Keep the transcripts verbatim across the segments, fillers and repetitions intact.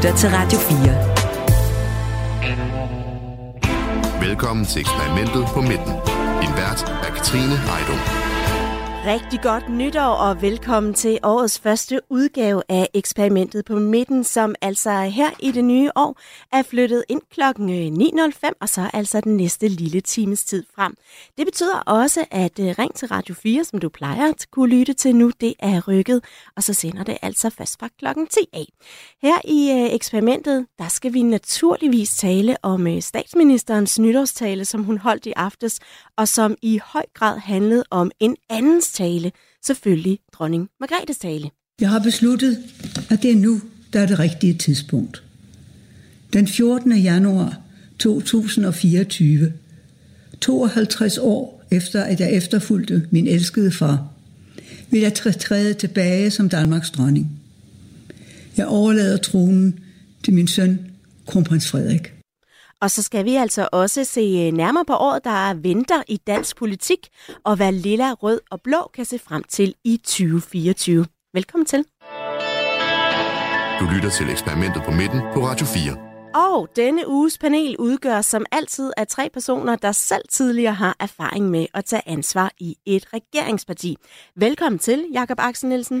lytter til Radio fire. Velkommen til eksperimentet på midten. Din vært er Katrine Heidung. Rigtig godt nytår og velkommen til årets første udgave af eksperimentet på midten, som altså her i det nye år er flyttet ind klokken ni nul fem, og så altså den næste lille times tid frem. Det betyder også, at Ring til Radio fire, som du plejer at kunne lytte til nu, det er rykket, og så sender det altså først fra klokken ti af. Her i eksperimentet, der skal vi naturligvis tale om statsministerens nytårstale, som hun holdt i aftes, og som i høj grad handlede om en andens tale, selvfølgelig dronning Margrethes tale. Jeg har besluttet, at det er nu, der er det rigtige tidspunkt. Den fjortende januar to tusind og fireogtyve, tooghalvtreds år efter, at jeg efterfulgte min elskede far, vil jeg træde tilbage som Danmarks dronning. Jeg overlader tronen til min søn, kronprins Frederik. Og så skal vi altså også se nærmere på året, der venter i dansk politik, og hvad lilla, rød og blå kan se frem til i tyve fireogtyve. Velkommen til. Du lytter til eksperimentet på midten på Radio fire. Og denne uges panel udgør som altid af tre personer, der selv tidligere har erfaring med at tage ansvar i et regeringsparti. Velkommen til, Jakob Axel Nielsen.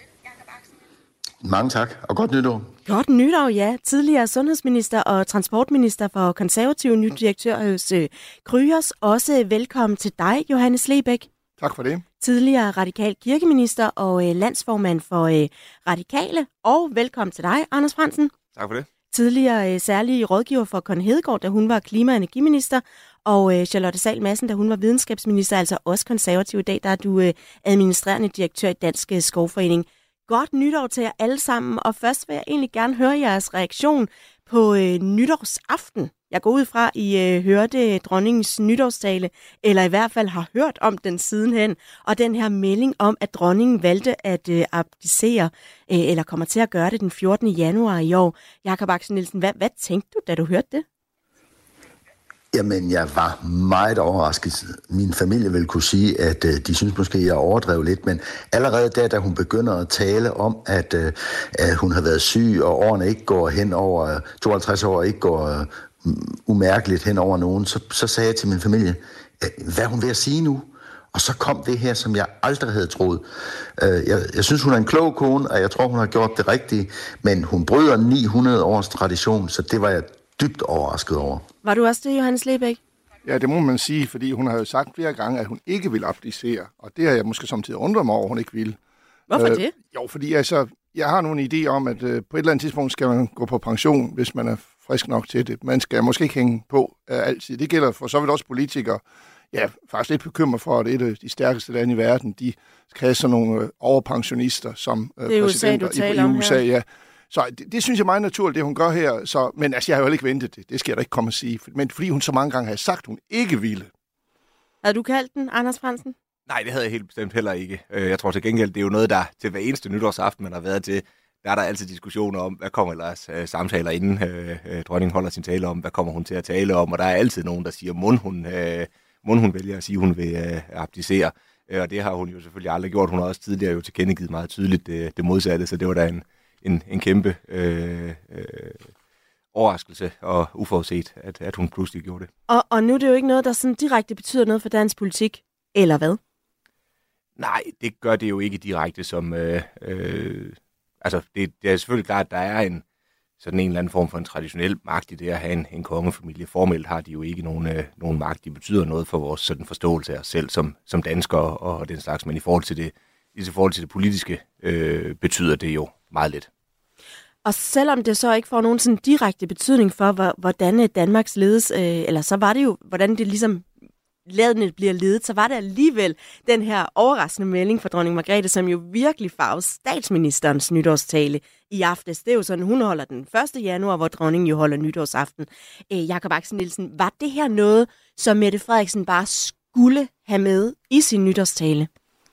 Mange tak, og godt nytår. Godt nytår, ja. Tidligere sundhedsminister og transportminister for konservativ ny direktør hos øh, Kryos. Også velkommen til dig, Johannes Lebæk. Tak for det. Tidligere radikal kirkeminister og øh, landsformand for øh, Radikale. Og velkommen til dig, Anders Frandsen. Tak for det. Tidligere øh, særlig rådgiver for Connie Hedegaard, da hun var klima- og energiminister. Og øh, Charlotte Sahl Madsen, da hun var videnskabsminister, altså også konservativ i dag, der er du øh, administrerende direktør i Dansk Skovforening. Godt nytår til jer alle sammen, og først vil jeg egentlig gerne høre jeres reaktion på øh, nytårsaften. Jeg går ud fra, I øh, hørte dronningens nytårstale, eller i hvert fald har hørt om den sidenhen, og den her melding om, at dronningen valgte at øh, abdicere, øh, eller kommer til at gøre det den fjortende januar i år. Jakob Axel Nielsen, hvad, hvad tænkte du, da du hørte det? Jamen, jeg var meget overrasket. Min familie vil kunne sige, at øh, de synes måske, jeg overdrev lidt, men allerede der, da hun begynder at tale om, at, øh, at hun har været syg, og årene ikke går hen over, tooghalvtreds år ikke går øh, umærkeligt hen over nogen, så, så sagde jeg til min familie, hvad er hun ved at sige nu? Og så kom det her, som jeg aldrig havde troet. Øh, jeg, jeg synes, hun er en klog kone, og jeg tror, hun har gjort det rigtige, men hun bryder ni hundrede års tradition, så det var jeg dybt overrasket over. Var du også det, Johannes Lebæk? Ja, det må man sige, fordi hun har jo sagt flere gange, at hun ikke vil abdicere, og det har jeg måske samtidig undret mig over, hun ikke vil. Hvorfor øh, det? Jo, fordi altså, jeg har nogle idéer om, at øh, på et eller andet tidspunkt skal man gå på pension, hvis man er frisk nok til det. Man skal måske ikke hænge på øh, altid. Det gælder for så vidt også politikere. Jeg er faktisk lidt bekymret for, at et af de stærkeste lande i verden, de skal have sådan nogle øh, overpensionister som øh, det er præsidenter U S A, i, i U S A. Ja. Så det, det synes jeg er meget naturligt, det hun gør her. Så, men altså, jeg har jo ikke ventet det. Det skal jeg da ikke komme og sige. Men fordi hun så mange gange har sagt, hun ikke ville. Havde du kaldt den, Anders Frandsen? Nej, det havde jeg helt bestemt heller ikke. Jeg tror til gengæld, det er jo noget, der til hver eneste nytårsaften, man har været til, der er der altid diskussioner om, hvad kommer ellers øh, samtaler inden øh, øh, dronningen holder sin tale om, hvad kommer hun til at tale om, og der er altid nogen, der siger, mund hun, øh, mund hun vælger at sige, hun vil øh, abdicere. Og det har hun jo selvfølgelig aldrig gjort. Hun har også tidligere jo tilkendegivet meget tydeligt det, det modsatte, så det var da en En, en kæmpe øh, øh, overraskelse og uforudset, at, at hun pludselig gjorde det. Og, og nu er det jo ikke noget, der sådan direkte betyder noget for dansk politik, eller hvad? Nej, det gør det jo ikke direkte som... Øh, øh, altså, det, det er selvfølgelig klart, at der er en sådan en eller anden form for en traditionel magt i det at have en, en kongefamilie. Formelt har de jo ikke nogen, øh, nogen magt. De betyder noget for vores sådan, forståelse af os selv som, som danskere og, og den slags, men i forhold til det, i forhold til det politiske øh, betyder det jo meget lidt. Og selvom det så ikke får nogen sådan direkte betydning for, hvordan Danmarks ledes, øh, eller så var det jo, hvordan det ligesom landet bliver ledet, så var det alligevel den her overraskende melding fra dronning Margrethe, som jo virkelig farvede statsministerens nytårstale i aftes. Det er jo sådan, hun holder den første januar, hvor dronningen jo holder nytårsaften. Øh, Jakob Axel Nielsen, var det her noget, som Mette Frederiksen bare skulle have med i sin nytårstale?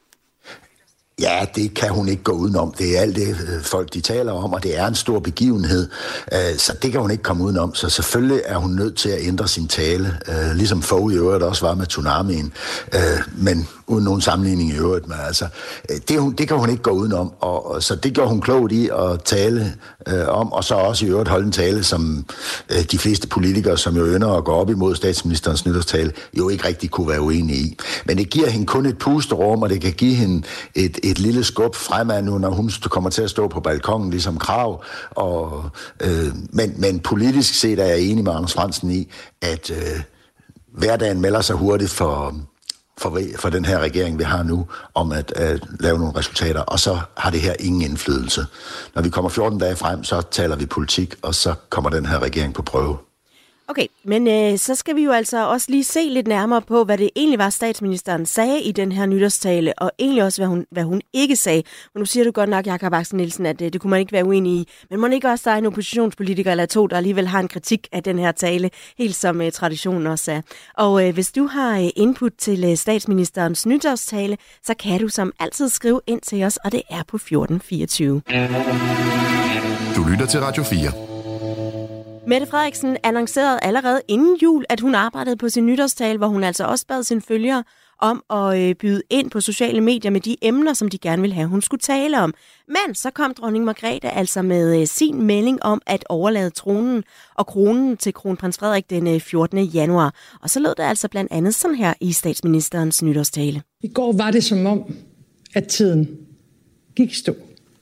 Ja, det kan hun ikke gå udenom. Det er alt det, folk de taler om, og det er en stor begivenhed, så det kan hun ikke komme udenom. Så selvfølgelig er hun nødt til at ændre sin tale, ligesom Fogh i øvrigt også var med tsunamien. Men uden nogen sammenligning i øvrigt, men altså, det, det kan hun ikke gå udenom, og, og så det gør hun klogt i at tale øh, om, og så også i øvrigt holde en tale, som øh, de fleste politikere, som jo ynder at gå op imod statsministerens nytårstale, jo ikke rigtig kunne være uenige i. Men det giver hende kun et pusterum, og det kan give hende et, et lille skub fremad nu, når hun kommer til at stå på balkongen, ligesom Krav, og, øh, men, men politisk set er jeg enig med Anders Frandsen i, at øh, hverdagen melder sig hurtigt for... For, for den her regering, vi har nu, om at, at lave nogle resultater, og så har det her ingen indflydelse. Når vi kommer fjorten dage frem, så taler vi politik, og så kommer den her regering på prøve. Okay, men øh, så skal vi jo altså også lige se lidt nærmere på, hvad det egentlig var, statsministeren sagde i den her nytårstale, og egentlig også, hvad hun, hvad hun ikke sagde. Men nu siger du godt nok, Jakob Axel Nielsen, at øh, det kunne man ikke være uenig i. Men må ikke også der er en oppositionspolitiker eller to, der alligevel har en kritik af den her tale, helt som øh, traditionen også er. Og øh, hvis du har øh, input til øh, statsministerens nytårstale, så kan du som altid skrive ind til os, og det er på fjorten fireogtyve. Du lytter til Radio fire. Mette Frederiksen annoncerede allerede inden jul, at hun arbejdede på sin nytårstale, hvor hun altså også bad sine følgere om at byde ind på sociale medier med de emner, som de gerne ville have, hun skulle tale om. Men så kom dronning Margrethe altså med sin melding om at overlade tronen og kronen til kronprins Frederik den fjortende januar. Og så lød det altså blandt andet sådan her i statsministerens nytårstale. I går var det som om, at tiden gik stå.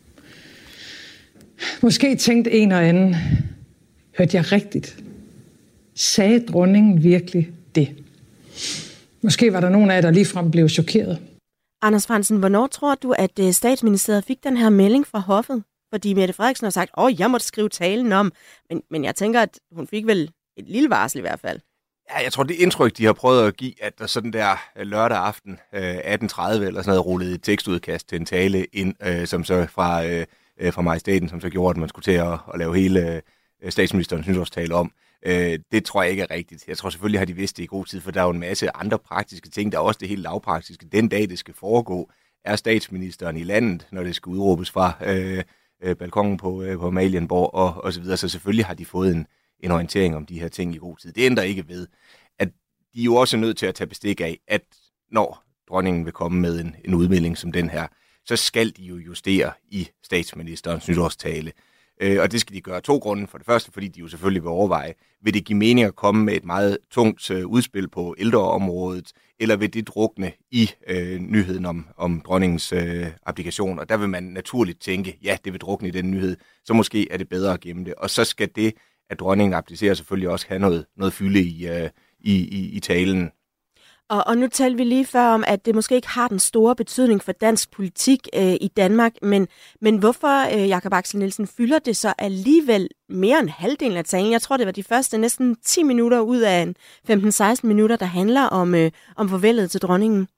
Måske tænkte en og anden... Hørte jeg rigtigt? Sagde dronningen virkelig det? Måske var der nogen af jer, der ligefrem blev chokeret. Anders Frandsen, hvornår tror du, at statsministeriet fik den her melding fra hoffet? Fordi Mette Frederiksen har sagt, åh, jeg måtte skrive talen om. Men, men jeg tænker, at hun fik vel et lille varsel i hvert fald. Ja, jeg tror, det indtryk, de har prøvet at give, at der sådan der lørdag aften atten tredive eller sådan noget rullede et tekstudkast til en tale ind, øh, som så fra, øh, fra majestæten, som så gjorde, at man skulle til at, at lave hele... Øh, statsministerens nytårstale om. Øh, det tror jeg ikke er rigtigt. Jeg tror selvfølgelig har de vidst det i god tid, for der er jo en masse andre praktiske ting. Der er også det helt lavpraktiske. Den dag, det skal foregå, er statsministeren i landet, når det skal udråbes fra øh, øh, balkongen på, øh, på Amalienborg og, og så videre. Så selvfølgelig har de fået en, en orientering om de her ting i god tid. Det ændrer ikke ved, at de er jo også nødt til at tage bestik af, at når dronningen vil komme med en, en udmelding som den her, så skal de jo justere i statsministerens nytårstale. Øh, og det skal de gøre af to grunde. For det første, fordi de jo selvfølgelig vil overveje, vil det give mening at komme med et meget tungt øh, udspil på ældreområdet, eller vil det drukne i øh, nyheden om, om dronningens øh, abdikation? Og der vil man naturligt tænke, ja, det vil drukne i den nyhed, så måske er det bedre at gemme det. Og så skal det, at dronningen abdicerer, selvfølgelig også have noget, noget fylde i, øh, i, i, i talen. Og, og nu talte vi lige før om, at det måske ikke har den store betydning for dansk politik øh, i Danmark, men, men hvorfor, øh, Jakob Axel Nielsen, fylder det så alligevel mere end halvdelen af talen? Jeg tror, det var de første næsten ti minutter ud af en femten seksten minutter, der handler om, øh, om farvelet til dronningen.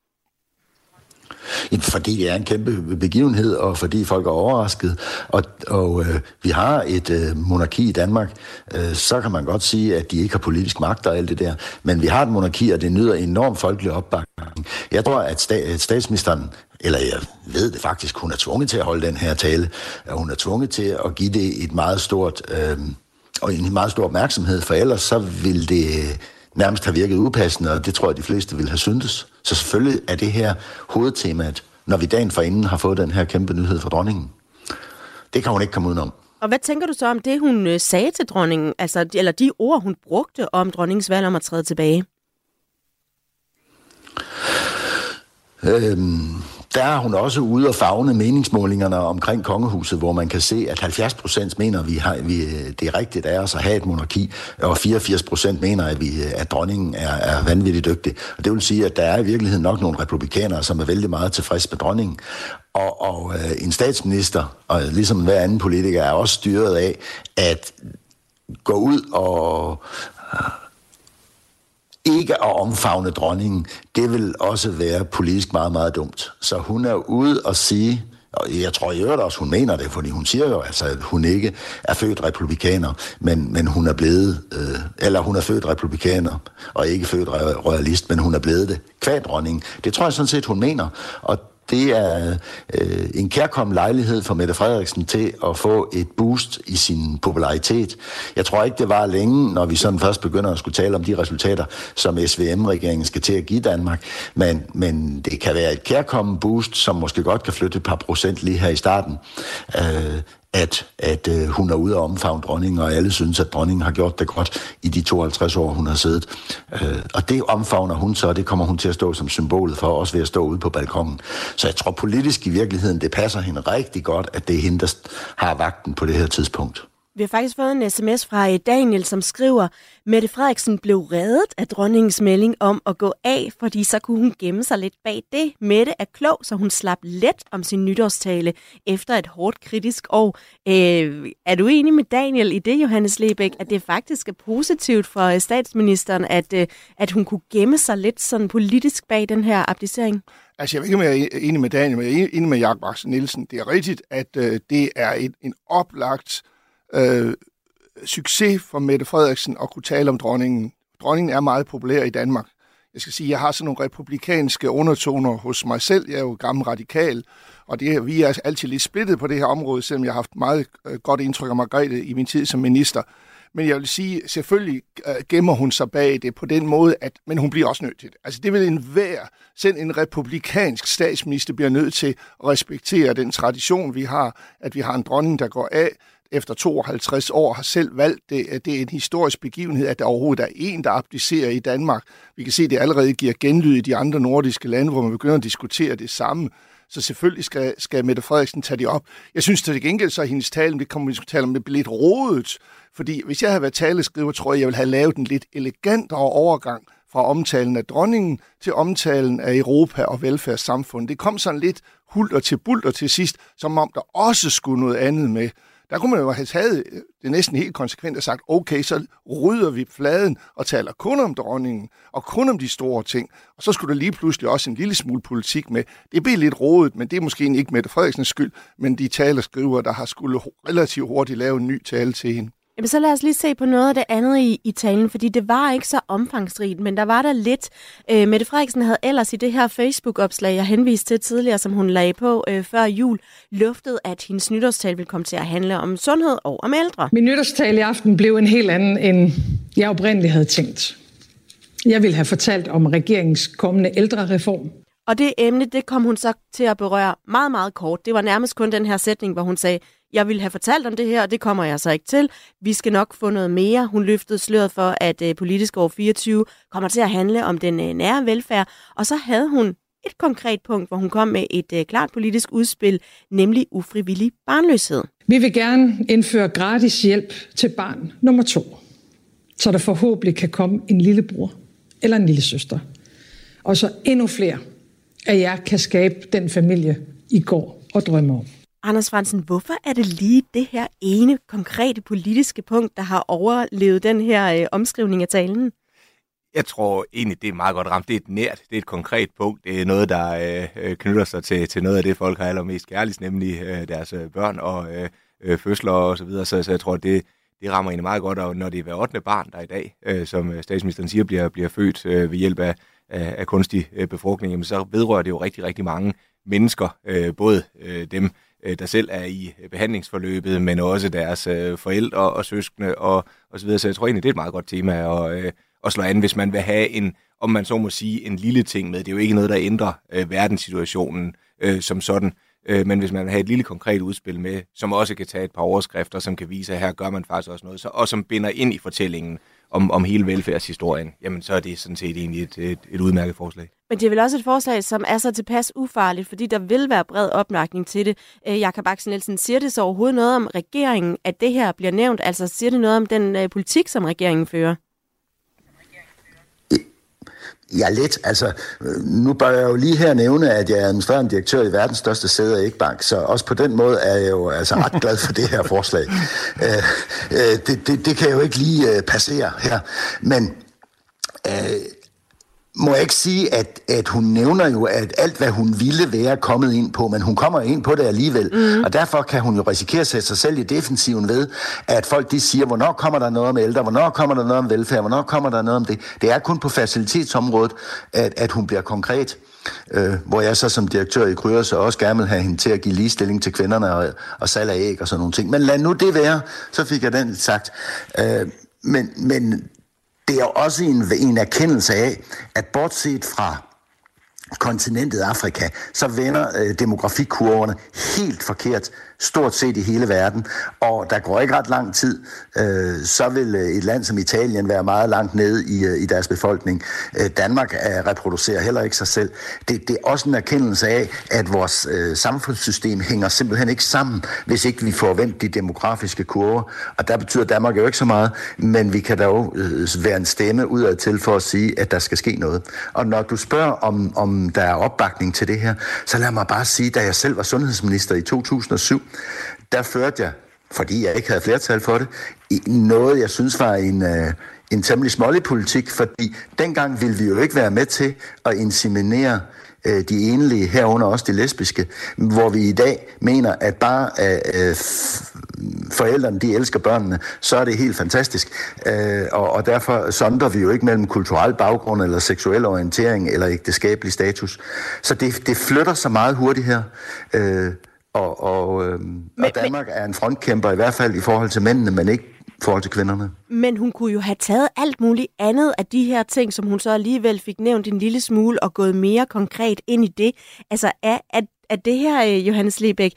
Fordi det er en kæmpe begivenhed, og fordi folk er overrasket, og, og øh, vi har et øh, monarki i Danmark, øh, så kan man godt sige, at de ikke har politisk magt og alt det der, men vi har et monarki, og det nyder enormt folkelig opbakning. Jeg tror, at, sta- at statsministeren, eller jeg ved det faktisk, hun er tvunget til at holde den her tale, og hun er tvunget til at give det et meget stort, øh, og en meget stor opmærksomhed, for ellers så vil det nærmest have virket upassende, og det tror jeg, de fleste vil have syntes. Så selvfølgelig er det her hovedtemaet, når vi dagen forinden har fået den her kæmpe nyhed fra dronningen. Det kan hun ikke komme udenom. Og hvad tænker du så om det, hun sagde til dronningen, altså, eller de ord, hun brugte om dronningens valg om at træde tilbage? Øhm, der er hun også ude og favne meningsmålingerne omkring kongehuset, hvor man kan se, at halvfjerds procent mener, at vi har, vi, det er rigtigt af os at have et monarki, og fireogfirs procent mener, at, vi, at dronningen er, er vanvittigt dygtig. Og det vil sige, at der er i virkeligheden nok nogle republikanere, som er vældig meget tilfreds med dronningen. Og, og øh, en statsminister, og ligesom hver anden politiker, er også styret af at gå ud og ikke at omfavne dronningen, det vil også være politisk meget, meget dumt. Så hun er ude og sige, og jeg tror i øvrigt også, hun mener det, fordi hun siger jo altså, at hun ikke er født republikaner, men, men hun er blevet, øh, eller hun er født republikaner, og ikke født royalist, men hun er blevet det. Kvad dronningen. Det tror jeg sådan set, hun mener, og det er øh, en kærkommen lejlighed for Mette Frederiksen til at få et boost i sin popularitet. Jeg tror ikke, det var længe, når vi sådan først begynder at skulle tale om de resultater, som S V M-regeringen skal til at give Danmark. Men, men det kan være et kærkommen boost, som måske godt kan flytte et par procent lige her i starten. Øh, at, at øh, hun er ude og omfavne dronningen, og alle synes, at dronningen har gjort det godt i de tooghalvtreds år, hun har siddet. Øh, og det omfavner hun så, og det kommer hun til at stå som symbolet for, også ved at stå ude på balkongen. Så jeg tror politisk i virkeligheden, det passer hende rigtig godt, at det er hende, der har vagten på det her tidspunkt. Vi har faktisk fået en sms fra Daniel, som skriver, Mette Frederiksen blev reddet af dronningens melding om at gå af, fordi så kunne hun gemme sig lidt bag det. Mette er klog, så hun slap let om sin nytårstale efter et hårdt kritisk år. Øh, er du enig med Daniel i det, Johannes Lebæk, at det faktisk er positivt for statsministeren, at, at hun kunne gemme sig lidt sådan politisk bag den her abdicering? Altså, jeg ved ikke, om jeg er enig med Daniel, men jeg er enig med Jakob Axel Nielsen. Det er rigtigt, at øh, det er et, en oplagt Øh, succes for Mette Frederiksen at kunne tale om dronningen. Dronningen er meget populær i Danmark. Jeg skal sige, at jeg har sådan nogle republikanske undertoner hos mig selv. Jeg er jo gammel radikal, og det, vi er altid lidt splittet på det her område, selvom jeg har haft meget øh, godt indtryk af Margrethe i min tid som minister. Men jeg vil sige, selvfølgelig øh, gemmer hun sig bag det på den måde, at, men hun bliver også nødt til det. Altså det vil enhver, selv en republikansk statsminister bliver nødt til at respektere den tradition, vi har, at vi har en dronning, der går af efter tooghalvtreds år, har selv valgt det. Det er en historisk begivenhed, at der overhovedet er en, der abdicerer i Danmark. Vi kan se, at det allerede giver genlyd i de andre nordiske lande, hvor man begynder at diskutere det samme. Så selvfølgelig skal, skal Mette Frederiksen tage det op. Jeg synes til gengæld, så hendes tale, det kommer vi til at tale om, det bliver lidt rodet. Fordi hvis jeg havde været taleskriver, tror jeg, jeg ville have lavet en lidt elegantere overgang fra omtalen af dronningen til omtalen af Europa og velfærdssamfundet. Det kom sådan lidt hulter til bulter til sidst, som om der også skulle noget andet med. Der kunne man jo have taget det næsten helt konsekvent og sagt, okay, så rydder vi fladen og taler kun om dronningen og kun om de store ting. Og så skulle der lige pludselig også en lille smule politik med. Det bliver lidt rodet, men det er måske ikke Mette Frederiksens skyld, men de talerskrivere, der har skulle relativt hurtigt lave en ny tale til hende. Jamen, så lad os lige se på noget af det andet i, i talen, fordi det var ikke så omfangsrigt, men der var der lidt. Øh, Mette Frederiksen havde ellers i det her Facebook-opslag, jeg henviste til tidligere, som hun lagde på øh, før jul, luftet, at hendes nytårstale ville komme til at handle om sundhed og om ældre. Min nytårstale i aften blev en helt anden, end jeg oprindeligt havde tænkt. Jeg ville have fortalt om regeringens kommende ældrereform. Og det emne, det kom hun så til at berøre meget, meget kort. Det var nærmest kun den her sætning, hvor hun sagde, jeg ville have fortalt om det her, og det kommer jeg så ikke til. Vi skal nok få noget mere. Hun løftede sløret for, at uh, politisk år fireogtyve kommer til at handle om den uh, nære velfærd. Og så havde hun et konkret punkt, hvor hun kom med et uh, klart politisk udspil, nemlig ufrivillig barnløshed. Vi vil gerne indføre gratis hjælp til barn nummer to, så der forhåbentlig kan komme en lillebror eller en lille søster. Og så endnu flere af jer kan skabe den familie, I går og drømmer om. Anders Frandsen, hvorfor er det lige det her ene konkrete politiske punkt, der har overlevet den her øh, omskrivning af talen? Jeg tror egentlig, det er meget godt ramt. Det er et nært, det er et konkret punkt. Det er noget, der øh, knytter sig til, til noget af det, folk har allermest kærligst, nemlig øh, deres øh, børn og øh, fødsler og så videre. Så, så jeg tror, det, det rammer egentlig meget godt, og når det er hver ottende barn, der i dag, øh, som statsministeren siger, bliver, bliver født øh, ved hjælp af, af, af kunstig øh, befrugtning, jamen, så vedrører det jo rigtig, rigtig mange mennesker, øh, både øh, dem, der selv er i behandlingsforløbet, men også deres øh, forældre og søskende og, og så videre. Så jeg tror egentlig, det er et meget godt tema at, øh, at slå an, hvis man vil have en, om man så må sige, en lille ting med. Det er jo ikke noget, der ændrer øh, verdenssituationen øh, som sådan, øh, men hvis man vil have et lille konkret udspil med, som også kan tage et par overskrifter, som kan vise, at her gør man faktisk også noget, så, og som binder ind i fortællingen om, om hele velfærdshistorien, jamen så er det sådan set egentlig et, et, et udmærket forslag. Men det er vel også et forslag, som er så tilpas ufarligt, fordi der vil være bred opmærkning til det. Jakob Axel Nielsen, siger det så overhovedet noget om regeringen, at det her bliver nævnt? Altså siger det noget om den uh, politik, som regeringen fører? Ja, lidt. Altså, nu bør jeg jo lige her nævne, at jeg er administrerende direktør i verdens største sæde af Ekbank, så også på den måde er jeg jo altså ret glad for det her forslag. Uh, uh, det, det, det kan jeg jo ikke lige uh, passere her, men uh, må jeg ikke sige, at, at hun nævner jo, at alt, hvad hun ville være kommet ind på, men hun kommer ind på det alligevel. Mm. Og derfor kan hun jo risikere at sætte sig selv i defensiven ved, at folk de siger, hvornår kommer der noget om ældre, hvornår kommer der noget om velfærd, hvornår kommer der noget om det. Det er kun på facilitetsområdet, at, at hun bliver konkret. Øh, hvor jeg så som direktør i Kryer så også gerne vil have hende til at give ligestilling til kvinderne og, og salg af æg og sådan nogle ting. Men lad nu det være, så fik jeg den sagt. Øh, men, men det er også en, en erkendelse af, at bortset fra kontinentet Afrika, så vender øh, demografikurverne helt forkert, stort set i hele verden, og der går ikke ret lang tid, øh, så vil et land som Italien være meget langt nede i, øh, i deres befolkning. Øh, Danmark øh, reproducerer heller ikke sig selv. Det, det er også en erkendelse af, at vores øh, samfundssystem hænger simpelthen ikke sammen, hvis ikke vi får vendt de demografiske kurver, og der betyder Danmark jo ikke så meget, men vi kan dog øh, være en stemme udad til for at sige, at der skal ske noget. Og når du spørger, om, om der er opbakning til det her, så lad mig bare sige, da jeg selv var sundhedsminister i to tusind og syv, der førte jeg, fordi jeg ikke havde flertal for det, noget, jeg synes var en, øh, en temmelig smålig politik, fordi dengang ville vi jo ikke være med til at inseminere øh, de enlige, herunder også de lesbiske, hvor vi i dag mener, at bare øh, forældrene, de elsker børnene, så er det helt fantastisk. Øh, og, og derfor sondrer vi jo ikke mellem kulturel baggrund, eller seksuel orientering, eller ægteskabelig status. Så det, det flytter så meget hurtigt her. Øh, Og, og, øh, men, og Danmark men, er en frontkæmper, i hvert fald i forhold til mændene, men ikke i forhold til kvinderne. Men hun kunne jo have taget alt muligt andet af de her ting, som hun så alligevel fik nævnt en lille smule, og gået mere konkret ind i det. Altså, er, er, er det her, Johannes Lebæk,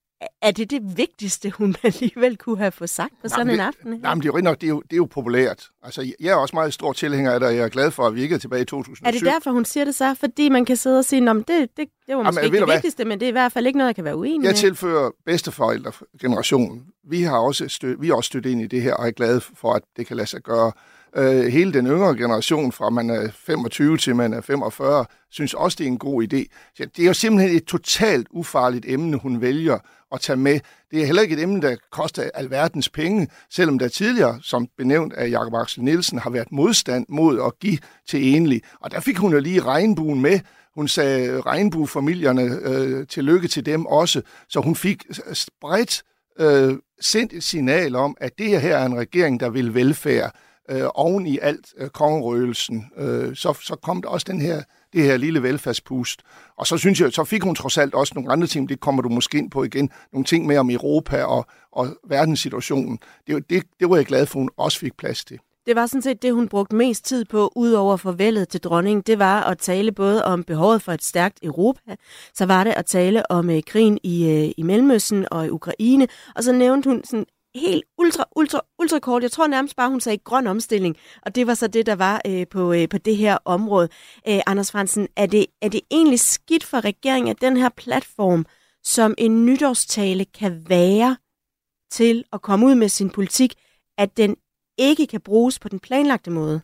er det det vigtigste, hun alligevel kunne have fået sagt på sådan jamen, en aften? Nej, men det er jo, nok, det er jo, det er jo populært. Altså, jeg er også meget stor tilhænger af det, og jeg er glad for, at vi ikke er tilbage i to tusind og syv. Er det derfor, hun siger det så? Fordi man kan sidde og sige, at det, det, det var måske jamen, ikke det vigtigste, men det er i hvert fald ikke noget, jeg kan være uenig med. Jeg tilfører bedsteforældregenerationen. Vi har også støt, vi har også støttet ind i det her, og er glade for, at det kan lade sig gøre. Uh, hele den yngre generation, fra man er femogtyve til man er femogfyrre, synes også, det er en god idé. Så det er jo simpelthen et totalt ufarligt emne, hun vælger at tage med. Det er heller ikke et emne, der koster alverdens penge, selvom der tidligere, som benævnt af Jakob Axel Nielsen, har været modstand mod at give til enlige. Og der fik hun jo lige regnbuen med. Hun sagde regnbuefamilierne øh, tillykke til dem også, så hun fik spredt øh, sendt et signal om, at det her er en regering, der vil velfærd. Øh, oven i alt øh, kongerøgelsen, øh, så, så kom der også den her, det her lille velfærdspust. Og så synes jeg, så fik hun trods alt også nogle andre ting, det kommer du måske ind på igen, nogle ting mere om Europa og, og verdenssituationen. Det, det, det var jeg glad for, hun også fik plads til. Det var sådan set det, hun brugte mest tid på, udover farvelet til dronningen. Det var at tale både om behovet for et stærkt Europa, så var det at tale om øh, krigen i, øh, i Mellemøsten og i Ukraine, og så nævnte hun sådan helt ultra, ultra, ultra kort. Jeg tror nærmest bare, hun sagde grøn omstilling, og det var så det, der var øh, på, øh, på det her område. Øh, Anders Frandsen, er det, er det egentlig skidt for regeringen, at den her platform, som en nytårstale kan være til at komme ud med sin politik, at den ikke kan bruges på den planlagte måde?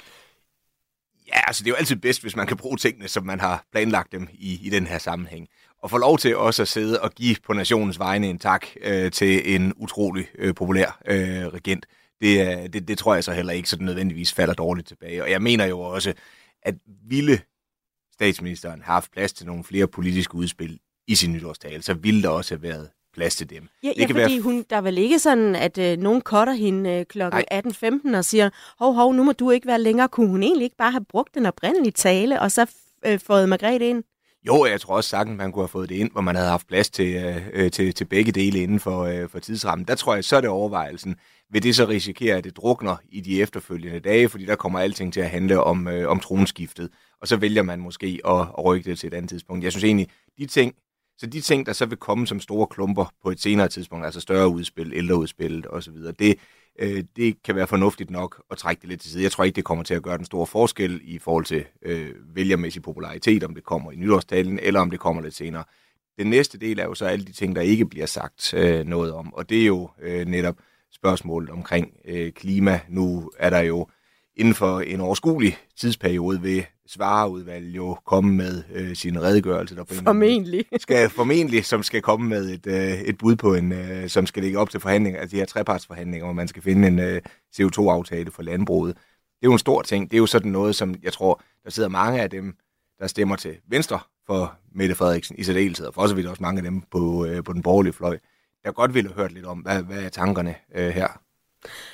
Ja, altså det er jo altid bedst, hvis man kan bruge tingene, som man har planlagt dem i, i den her sammenhæng. Og få lov til også at sidde og give på nationens vegne en tak øh, til en utrolig øh, populær øh, regent. Det, det, det tror jeg så heller ikke sådan nødvendigvis falder dårligt tilbage. Og jeg mener jo også, at ville statsministeren have haft plads til nogle flere politiske udspil i sin nytårstale, så ville der også have været plads til dem. Ja, det ja kan fordi være... hun, der er vel ikke sådan, at øh, nogen cutter hende øh, klokken atten femten og siger, hov, hov, nu må du ikke være længere. Kunne hun egentlig ikke bare have brugt den oprindelige tale, og så øh, fået Margrethe ind? Jo, jeg tror også sagtens, man kunne have fået det ind, hvor man havde haft plads til, øh, til, til begge dele inden for, øh, for tidsrammen. Der tror jeg, så er det overvejelsen. Vil det så risikere, at det drukner i de efterfølgende dage, fordi der kommer alting til at handle om, øh, om tronskiftet, og så vælger man måske at, at rykke det til et andet tidspunkt. Jeg synes egentlig, de ting, så de ting, der så vil komme som store klumper på et senere tidspunkt, altså større udspil, ældreudspil osv., det, øh, det kan være fornuftigt nok at trække det lidt til side. Jeg tror ikke, det kommer til at gøre den store forskel i forhold til øh, vælgermæssig popularitet, om det kommer i nytårstalen, eller om det kommer lidt senere. Den næste del er jo så alle de ting, der ikke bliver sagt øh, noget om, og det er jo øh, netop spørgsmålet omkring øh, klima. Nu er der jo inden for en overskuelig tidsperiode ved Svareudvalget jo komme med øh, sin redegørelse. Der formentlig. Skal, formentlig, som skal komme med et, øh, et bud på en, øh, som skal ligge op til forhandlinger, altså de her trepartsforhandlinger, hvor man skal finde en øh, C O to aftale for landbruget. Det er jo en stor ting. Det er jo sådan noget, som jeg tror, der sidder mange af dem, der stemmer til venstre for Mette Frederiksen i særdeleshed, og for så vidt også mange af dem på, øh, på den borgerlige fløj, der godt ville have hørt lidt om, hvad, hvad er tankerne øh, her?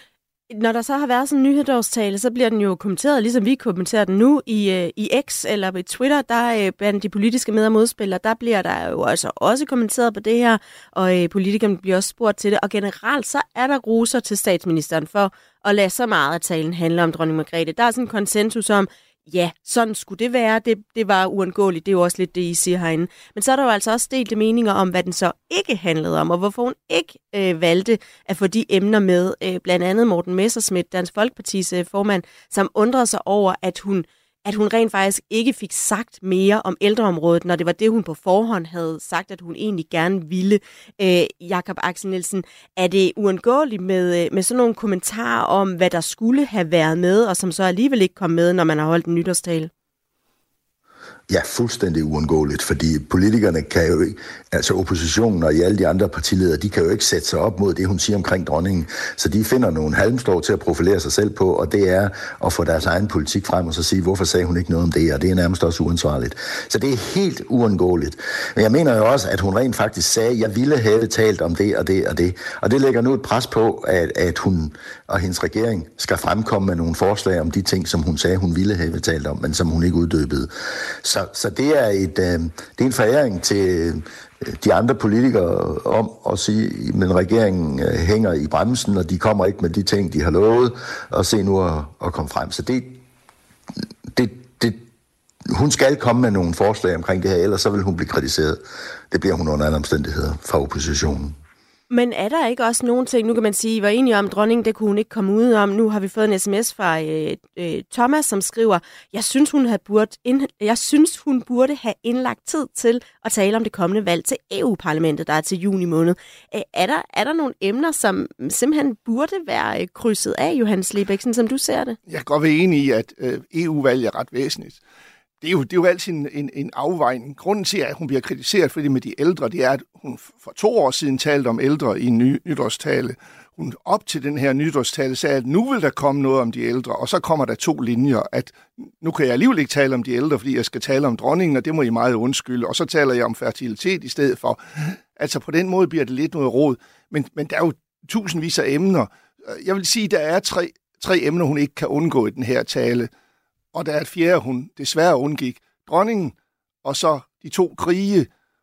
når der så har været sådan en nyhedsårstale, så bliver den jo kommenteret, ligesom vi kommenterer den nu i, i X eller på Twitter, der blandt de politiske med- og modspillere, der bliver der jo altså også kommenteret på det her, og øh, politikerne bliver også spurgt til det, og generelt så er der roser til statsministeren for at lade så meget af talen handle om dronning Margrethe. Der er sådan en konsensus om, ja, sådan skulle det være. Det, det var uundgåeligt. Det er jo også lidt det, I siger herinde. Men så er der jo altså også delte meninger om, hvad den så ikke handlede om, og hvorfor hun ikke øh, valgte at få de emner med. Øh, blandt andet Morten Messerschmidt, Dansk Folkepartis øh, formand, som undrede sig over, at hun, at hun rent faktisk ikke fik sagt mere om ældreområdet, når det var det, hun på forhånd havde sagt, at hun egentlig gerne ville. Øh, Jakob Axel Nielsen, er det uundgåeligt med, med sådan nogle kommentarer om, hvad der skulle have været med, og som så alligevel ikke kom med, når man har holdt en nytårstale? Ja, fuldstændig uundgåeligt, fordi politikerne kan jo ikke, altså oppositionen og i alle de andre partiledere, de kan jo ikke sætte sig op mod det, hun siger omkring dronningen. Så de finder nogle halmstrå til at profilere sig selv på, og det er at få deres egen politik frem og så sige, hvorfor sagde hun ikke noget om det, og det er nærmest også uansvarligt. Så det er helt uundgåeligt. Men jeg mener jo også, at hun rent faktisk sagde, at jeg ville have talt om det og det og det. Og det lægger nu et pres på, at, at hun og hendes regering skal fremkomme med nogle forslag om de ting, som hun sagde, hun ville have talt om, men som hun ikke uddybede. Så, så det er et, øh, det er en foræring til de andre politikere om at sige, men regeringen øh, hænger i bremsen, og de kommer ikke med de ting, de har lovet, og se nu at, at komme frem. Så det, det, det, hun skal komme med nogle forslag omkring det her, ellers så vil hun blive kritiseret. Det bliver hun under alle omstændigheder fra oppositionen. Men er der ikke også nogle ting, nu kan man sige, I var enige om, dronningen, det kunne hun ikke komme ud om. Nu har vi fået en sms fra øh, øh, Thomas, som skriver, jeg synes, hun havde burde ind, jeg synes, hun burde have indlagt tid til at tale om det kommende valg til E U-parlamentet, der er til juni måned. Æ, er, der, er der nogle emner, som simpelthen burde være øh, krydset af, Johannes Lebæk, som du ser det? Jeg kan godt være enig i, at øh, E U-valg er ret væsentligt. Det er, jo, det er jo altid en, en, en afvejning. Grunden til, at hun bliver kritiseret for det med de ældre, det er, at hun for to år siden talte om ældre i en ny nytårstale. Hun op til den her nytårstale sagde, at nu vil der komme noget om de ældre, og så kommer der to linjer, at nu kan jeg alligevel ikke tale om de ældre, fordi jeg skal tale om dronningen, og det må I meget undskylde, og så taler jeg om fertilitet i stedet for. Altså på den måde bliver det lidt noget råd, men, men der er jo tusindvis af emner. Jeg vil sige, at der er tre, tre emner, hun ikke kan undgå i den her tale. Og der er et fjerde, hun desværre undgik. Dronningen, og så de to krige,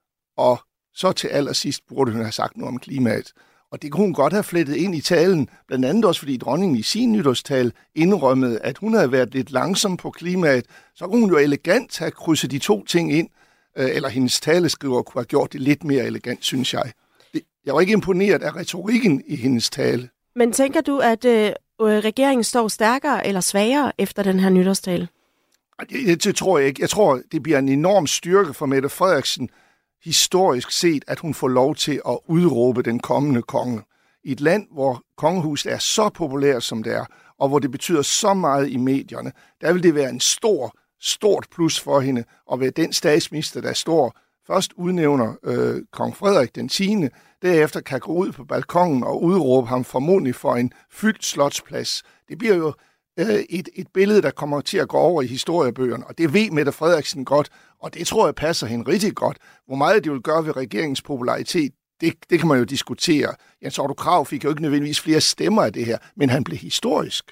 og så til allersidst burde hun have sagt noget om klimaet. Og det kunne hun godt have flettet ind i talen, blandt andet også fordi dronningen i sin nytårstale indrømmede, at hun havde været lidt langsom på klimaet. Så kunne hun jo elegant have krydset de to ting ind, eller hendes taleskriver kunne have gjort det lidt mere elegant, synes jeg. Jeg var ikke imponeret af retorikken i hendes tale. Men tænker du, at øh, regeringen står stærkere eller svagere efter den her nytårstale? Det, det tror jeg ikke. Jeg tror, det bliver en enorm styrke for Mette Frederiksen, historisk set, at hun får lov til at udråbe den kommende konge. I et land, hvor kongehuset er så populært, som det er, og hvor det betyder så meget i medierne, der vil det være en stor, stort plus for hende at være den statsminister, der står først udnævner øh, kong Frederik den tiende, derefter kan gå ud på balkongen og udråbe ham formodentlig for en fyldt slotsplads. Det bliver jo øh, et, et billede, der kommer til at gå over i historiebøgerne, og det ved Mette Frederiksen godt, og det tror jeg passer hende rigtig godt. Hvor meget det vil gøre ved regeringens popularitet, det, det kan man jo diskutere. Jens Otto Krag fik jo ikke nødvendigvis flere stemmer af det her, men han blev historisk.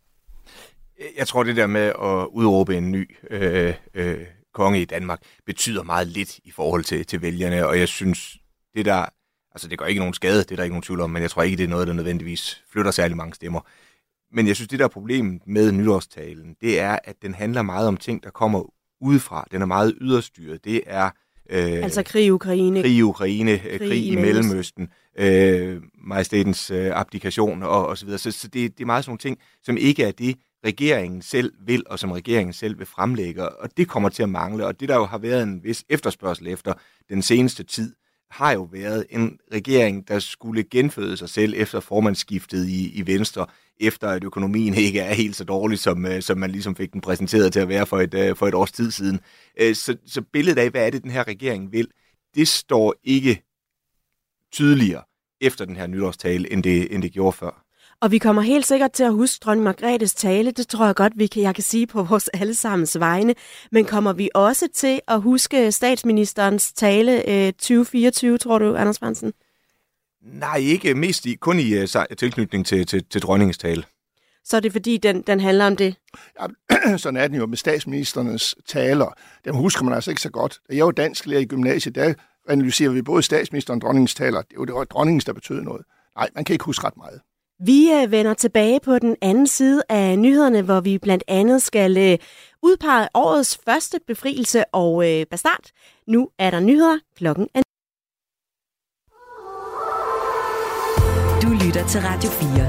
Jeg tror, det der med at udråbe en ny øh, øh, konge i Danmark betyder meget lidt i forhold til, til vælgerne, og jeg synes, det der, altså det gør ikke nogen skade, det er der ikke nogen tvivl om, men jeg tror ikke, det er noget, der nødvendigvis flytter særlig mange stemmer. Men jeg synes, det der er problemet med nytårstalen, det er, at den handler meget om ting, der kommer udefra. Den er meget yderstyret. Det er Øh, altså krig i Ukraine. Krig i Ukraine, krig, krig i Mellemøsten, øh, majestatens øh, abdikation og, og så videre. Så, så det, det er meget sådan nogle ting, som ikke er det, regeringen selv vil, og som regeringen selv vil fremlægge. Og det kommer til at mangle. Og det, der jo har været en vis efterspørgsel efter den seneste tid, har jo været en regering, der skulle genføde sig selv efter formandsskiftet i, i Venstre, efter at økonomien ikke er helt så dårlig, som, som man ligesom fik den præsenteret til at være for et, for et års tid siden. Så, så billedet af, hvad er det, den her regering vil, det står ikke tydeligere efter den her nytårstale, end det, end det gjorde før. Og vi kommer helt sikkert til at huske dronning Margrethes tale, det tror jeg godt, vi kan, jeg kan sige på vores allesammens vegne. Men kommer vi også til at huske statsministerens tale øh, tyve fireogtyve, tror du, Anders Fransen? Nej, ikke mest i, kun i uh, tilknytning til, til, til dronningens tale. så er det fordi, den, den handler om det. Ja, sådan er den jo med statsministernes taler. Dem husker man altså ikke så godt. Jeg er jo dansklærer i gymnasiet, der analyserer vi både statsministeren og dronningens taler. Det er jo det var dronningens, der betød noget. Nej, man kan ikke huske ret meget. Vi vender tilbage på den anden side af nyhederne, hvor vi blandt andet skal udpege årets første befrielse og bastard. Nu er der nyheder. Klokken er... Du lytter til Radio fire.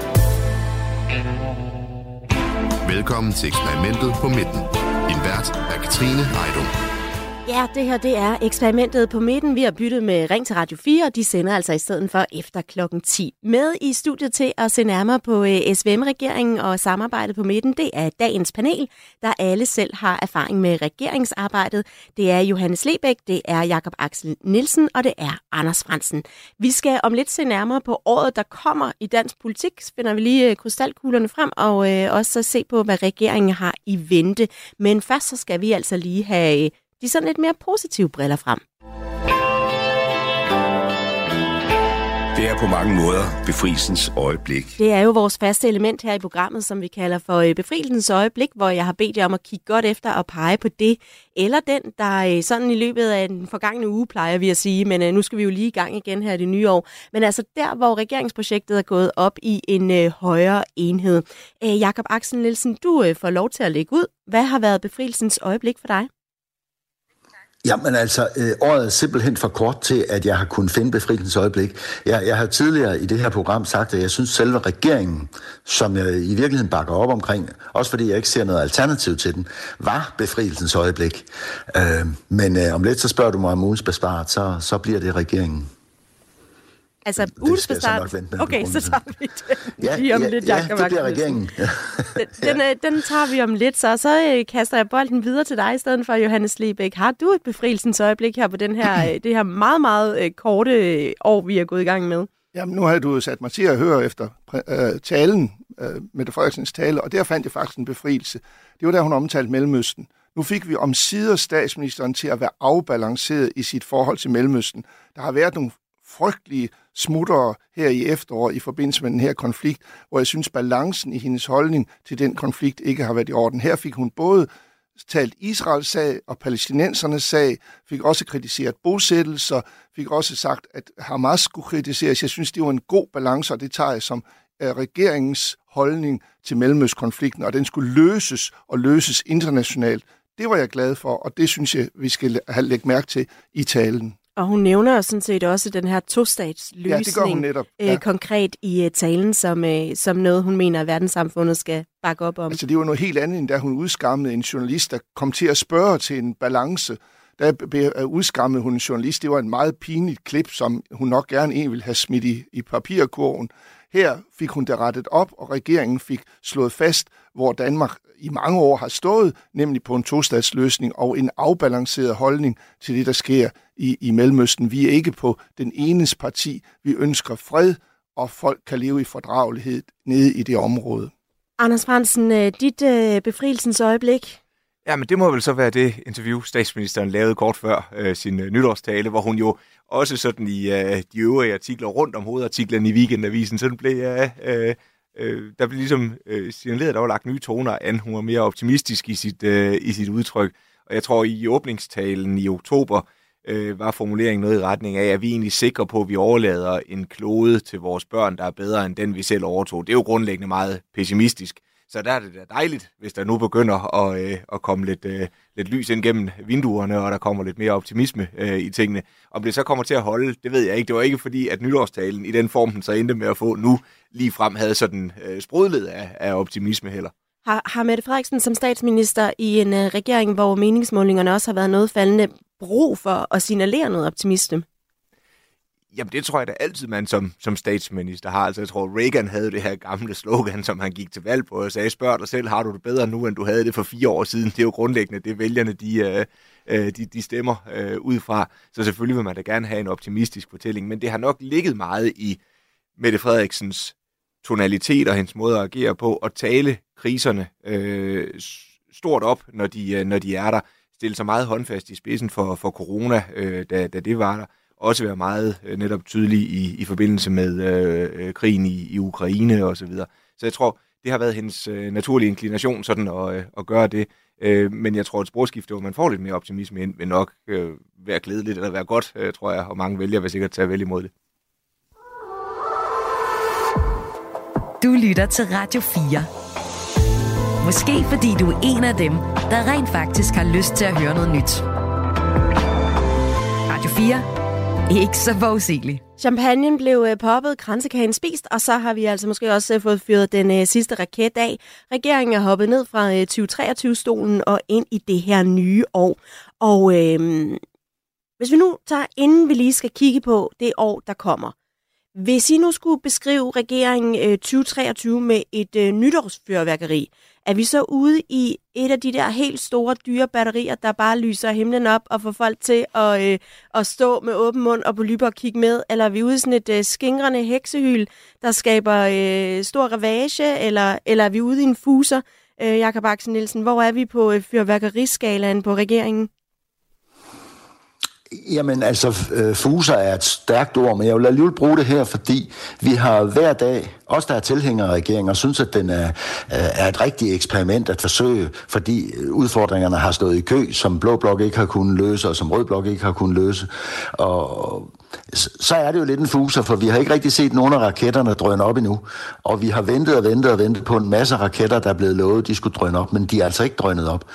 Velkommen til eksperimentet på midten. Din vært er Katrine Heidung. Ja, det her det er eksperimentet på midten. Vi har byttet med Ring til Radio fire, og de sender altså i stedet for efter klokken ti. Med i studiet til at se nærmere på S V M-regeringen og samarbejdet på midten, det er dagens panel, der alle selv har erfaring med regeringsarbejdet. Det er Johannes Lebæk, det er Jakob Axel Nielsen, og det er Anders Frandsen. Vi skal om lidt se nærmere på året, der kommer i dansk politik. Finder vi lige krystalkuglerne frem, og øh, også se på, hvad regeringen har i vente. Men først så skal vi altså lige have de sådan lidt mere positive briller frem. Det er på mange måder befrielsens øjeblik. Det er jo vores faste element her i programmet, som vi kalder for befrielsens øjeblik, hvor jeg har bedt jer om at kigge godt efter og pege på det, eller den, der sådan i løbet af den forgangne uge, plejer vi at sige, men nu skal vi jo lige i gang igen her i det nye år. Men altså der, hvor regeringsprojektet er gået op i en øh, højere enhed. Æh, Jakob Axel Nielsen, du øh, får lov til at lægge ud. Hvad har været befrielsens øjeblik for dig? Jamen altså, øh, året er simpelthen for kort til, at jeg har kunnet finde befrielsens øjeblik. Jeg, jeg har tidligere i det her program sagt, at jeg synes selve regeringen, som jeg i virkeligheden bakker op omkring, også fordi jeg ikke ser noget alternativ til den, var befrielsens øjeblik. Øh, men øh, om lidt så spørger du mig om ugens bespart, så, så bliver det regeringen. Altså ugens bespart? Okay, så tager vi den ja, lige om ja, lidt. Ja, det bliver regeringen. den, den, den tager vi om lidt, så så kaster jeg bolden videre til dig i stedet for, Johannes Lebæk. Har du et befrielsens øjeblik her på den her, det her meget, meget korte år, vi er gået i gang med? Jamen, nu har du sat mig til at høre efter øh, talen, øh, Mette Frederiksens tale, og der fandt jeg faktisk en befrielse. Det var da hun omtalte Mellemøsten. Nu fik vi omsider statsministeren til at være afbalanceret i sit forhold til Mellemøsten. Der har været nogle frygtelige smuttere her i efteråret i forbindelse med den her konflikt, hvor jeg synes, balancen i hendes holdning til den konflikt ikke har været i orden. Her fik hun både talt Israels sag og palæstinensernes sag, fik også kritiseret bosættelser, fik også sagt, at Hamas skulle kritiseres. Jeg synes, det var en god balance, og det tager jeg som regeringens holdning til Mellemøstkonflikten, og den skulle løses og løses internationalt. Det var jeg glad for, og det synes jeg, vi skal have lægge mærke til i talen. Og hun nævner jo sådan set også den her tostatsløsning ja, det gør hun netop. Ja. øh, konkret i uh, talen, som, øh, som noget, hun mener, at verdenssamfundet skal bakke op om. Altså det var noget helt andet, end da hun udskammede en journalist, der kom til at spørge til en balance. Der udskammede hun en journalist. Det var en meget pinligt klip, som hun nok gerne en ville have smidt i, i papirkurven. Her fik hun det rettet op, og regeringen fik slået fast, hvor Danmark i mange år har stået, nemlig på en tostatsløsning og en afbalanceret holdning til det, der sker i, i Mellemøsten. Vi er ikke på den enes parti. Vi ønsker fred, og folk kan leve i fordragelighed nede i det område. Anders Frandsen, dit øh, befrielsens øjeblik? Ja, men det må vel så være det interview, statsministeren lavede kort før øh, sin øh, nytårstale, hvor hun jo også sådan i øh, de øvrige artikler rundt om hovedartiklerne i Weekendavisen, sådan blev øh, øh, øh, der blev ligesom øh, signaleret, der var lagt nye toner an. Hun var mere optimistisk i sit, øh, i sit udtryk. Og jeg tror, i åbningstalen i oktober øh, var formuleringen noget i retning af, at vi egentlig er sikre på, at vi overlader en klode til vores børn, der er bedre end den, vi selv overtog. Det er jo grundlæggende meget pessimistisk. Så der er det da dejligt, hvis der nu begynder at, øh, at komme lidt, øh, lidt lys ind gennem vinduerne, og der kommer lidt mere optimisme øh, i tingene. Om det så kommer til at holde, det ved jeg ikke. Det var ikke fordi, at nytårstalen i den form, den så endte med at få nu, lige frem havde sådan øh, sprudlet af, af optimisme heller. Har, har Mette Frederiksen som statsminister i en øh, regering, hvor meningsmålingerne også har været noget faldende, brug for at signalere noget optimisme? Jamen det tror jeg da altid, man som, som statsminister har. Altså jeg tror, Reagan havde det her gamle slogan, som han gik til valg på og sagde, spørg dig selv, har du det bedre nu, end du havde det for fire år siden? Det er jo grundlæggende, det vælgerne, de, øh, de, de stemmer øh, ud fra. Så selvfølgelig vil man da gerne have en optimistisk fortælling, men det har nok ligget meget i Mette Frederiksens tonalitet og hendes måde at agere på, og tale kriserne øh, stort op, når de, når de er der. Stille sig meget håndfast i spidsen for, for corona, øh, da, da det var der. Også være meget øh, netop tydelig i, i forbindelse med øh, krigen i, i Ukraine og så videre. Så jeg tror, det har været hendes øh, naturlige inklination sådan at, øh, at gøre det. Øh, men jeg tror, at sprogskifte, hvor man får lidt mere optimisme ind, vil nok øh, være glædeligt eller være godt, øh, tror jeg, og mange vælger vil sikkert tage vel imod det. Du lytter til Radio fire. Måske fordi du er en af dem, der rent faktisk har lyst til at høre noget nyt. Radio fire. Ikke så forudsigeligt. Champagnen blev poppet, kransekagen spist, og så har vi altså måske også fået fyret den uh, sidste raket af. Regeringen er hoppet ned fra uh, tyve treogtyve-stolen og ind i det her nye år. Og øh, hvis vi nu tager, inden vi lige skal kigge på det år, der kommer. Hvis I nu skulle beskrive regeringen uh, tyve treogtyve med et uh, nytårsfyrværkeri, er vi så ude i et af de der helt store, dyre batterier, der bare lyser himlen op og får folk til at, øh, at stå med åben mund og på lyber og kigge med? Eller er vi ude i sådan et øh, skingrende heksehyl, der skaber øh, stor ravage? Eller, eller er vi ude i en fuser? Øh, Jakob Axel Nielsen, hvor er vi på øh, fyrværkeriskalaen på regeringen? Jamen altså, øh, fuser er et stærkt ord, men jeg vil alligevel bruge det her, fordi vi har hver dag, også der er tilhængere af regeringen, og synes, at den er, er et rigtigt eksperiment at forsøge, fordi udfordringerne har stået i kø, som Blå Blok ikke har kunnet løse, og som Rød Blok ikke har kunnet løse. Og så er det jo lidt en fuser, for vi har ikke rigtig set nogen af raketterne drøne op endnu, og vi har ventet og ventet og ventet på en masse raketter, der er blevet lovet, de skulle drøne op, men de er altså ikke drønet op.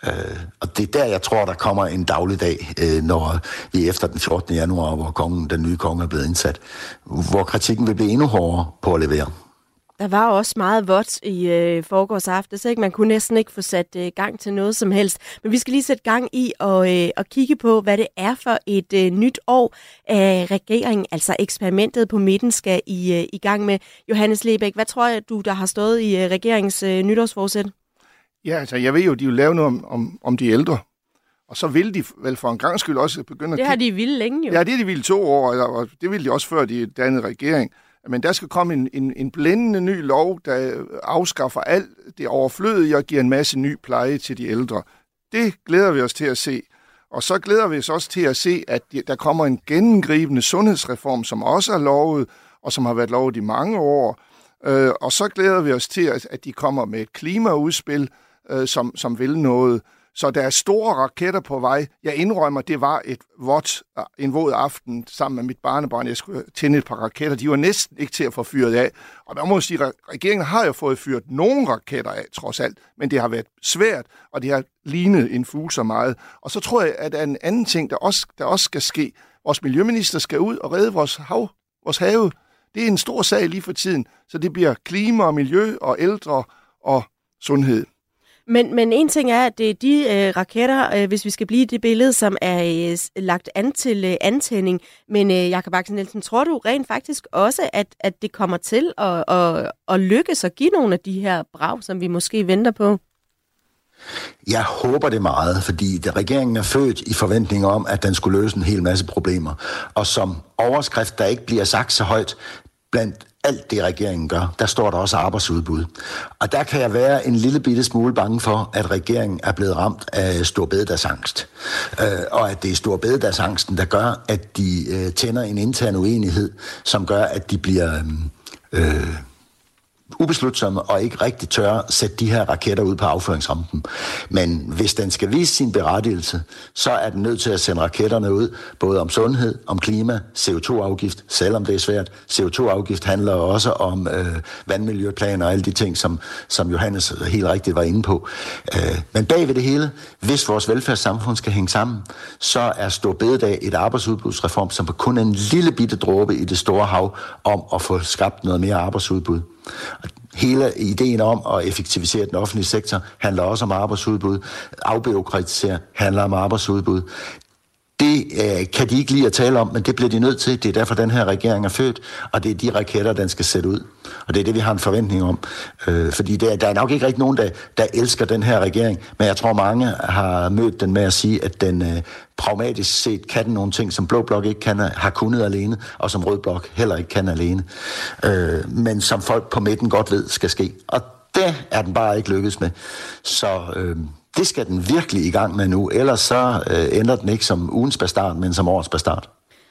Og det er der, jeg tror, der kommer en dagligdag, når vi efter den fjortende januar, hvor kongen, den nye konge er blevet indsat, hvor kritikken vil blive endnu hårdere på at levere. Der var også meget vådt i øh, forgårs aftes, ikke? Man kunne næsten ikke få sat øh, gang til noget som helst. Men vi skal lige sætte gang i og, øh, og kigge på, hvad det er for et øh, nyt år, af regeringen, altså eksperimentet på midten, skal i, øh, i gang med. Johannes Lebæk, hvad tror jeg, du der har stået i øh, regeringens øh, nytårsforsæt? Ja, altså jeg ved jo, de vil lave noget om, om, om de ældre. Og så vil de vel for en gang skyld også begynde at... Det har de ville længe jo. Ja, det er de ville to år, og det ville de også før de dannede regering. Men der skal komme en, en, en blændende ny lov, der afskaffer alt det overflødige og giver en masse ny pleje til de ældre. Det glæder vi os til at se. Og så glæder vi os også til at se, at der kommer en gennemgribende sundhedsreform, som også er lovet, og som har været lovet i mange år. Og så glæder vi os til, at de kommer med et klimaudspil, som, som vil noget. Så der er store raketter på vej. Jeg indrømmer, det var et vådt, en våd aften sammen med mit barnebarn. Jeg skulle tænde et par raketter. De var næsten ikke til at få fyret af. Og der må jeg sige, at regeringen har jo fået fyret nogle raketter af, trods alt. Men det har været svært, og det har lignet en fuser meget. Og så tror jeg, at der er en anden ting, der også, der også skal ske. Vores miljøminister skal ud og redde vores hav, vores have. Det er en stor sag lige for tiden. Så det bliver klima og miljø og ældre og sundhed. Men, men en ting er, at det er de øh, raketter, øh, hvis vi skal blive det billede, som er øh, lagt an til øh, antænding. Men øh, Jakob Axel Nielsen, tror du rent faktisk også, at, at det kommer til at, at, at lykkes at give nogle af de her brag, som vi måske venter på? Jeg håber det meget, fordi regeringen er født i forventning om, at den skulle løse en hel masse problemer. Og som overskrift, der ikke bliver sagt så højt, blandt alt det, regeringen gør, der står der også arbejdsudbud. Og der kan jeg være en lille bitte smule bange for, at regeringen er blevet ramt af storbededagsangst. Øh, og at det er storbededagsangsten, der gør, at de øh, tænder en intern uenighed, som gør, at de bliver øh, ubeslutsomme og ikke rigtig tør sætte de her raketter ud på affyringsrampen. Men hvis den skal vise sin berettigelse, så er den nødt til at sende raketterne ud, både om sundhed, om klima, C O to afgift, selvom det er svært. C O to afgift handler også om øh, vandmiljøplaner og alle de ting, som, som Johannes helt rigtigt var inde på. Øh, men bag ved det hele, hvis vores velfærdssamfund skal hænge sammen, så er Stor Bededag et arbejdsudbudsreform, som kun er en lille bitte dråbe i det store hav om at få skabt noget mere arbejdsudbud. Hele ideen om at effektivisere den offentlige sektor handler også om arbejdsudbud. Afbureaukratisere handler om arbejdsudbud. Det øh, kan de ikke lide at tale om, men det bliver de nødt til. Det er derfor, den her regering er født, og det er de raketter, den skal sætte ud. Og det er det, vi har en forventning om. Øh, fordi der, der er nok ikke rigtig nogen, der, der elsker den her regering, men jeg tror, mange har mødt den med at sige, at den øh, pragmatisk set kan den nogle ting, som Blå Blok ikke kan, har kunnet alene, og som Rød Blok heller ikke kan alene. Øh, men som folk på midten godt ved, skal ske. Og det er den bare ikke lykkes med. Så... Øh, Det skal den virkelig i gang med nu, ellers så øh, ender den ikke som ugens bastard, men som årets bastard.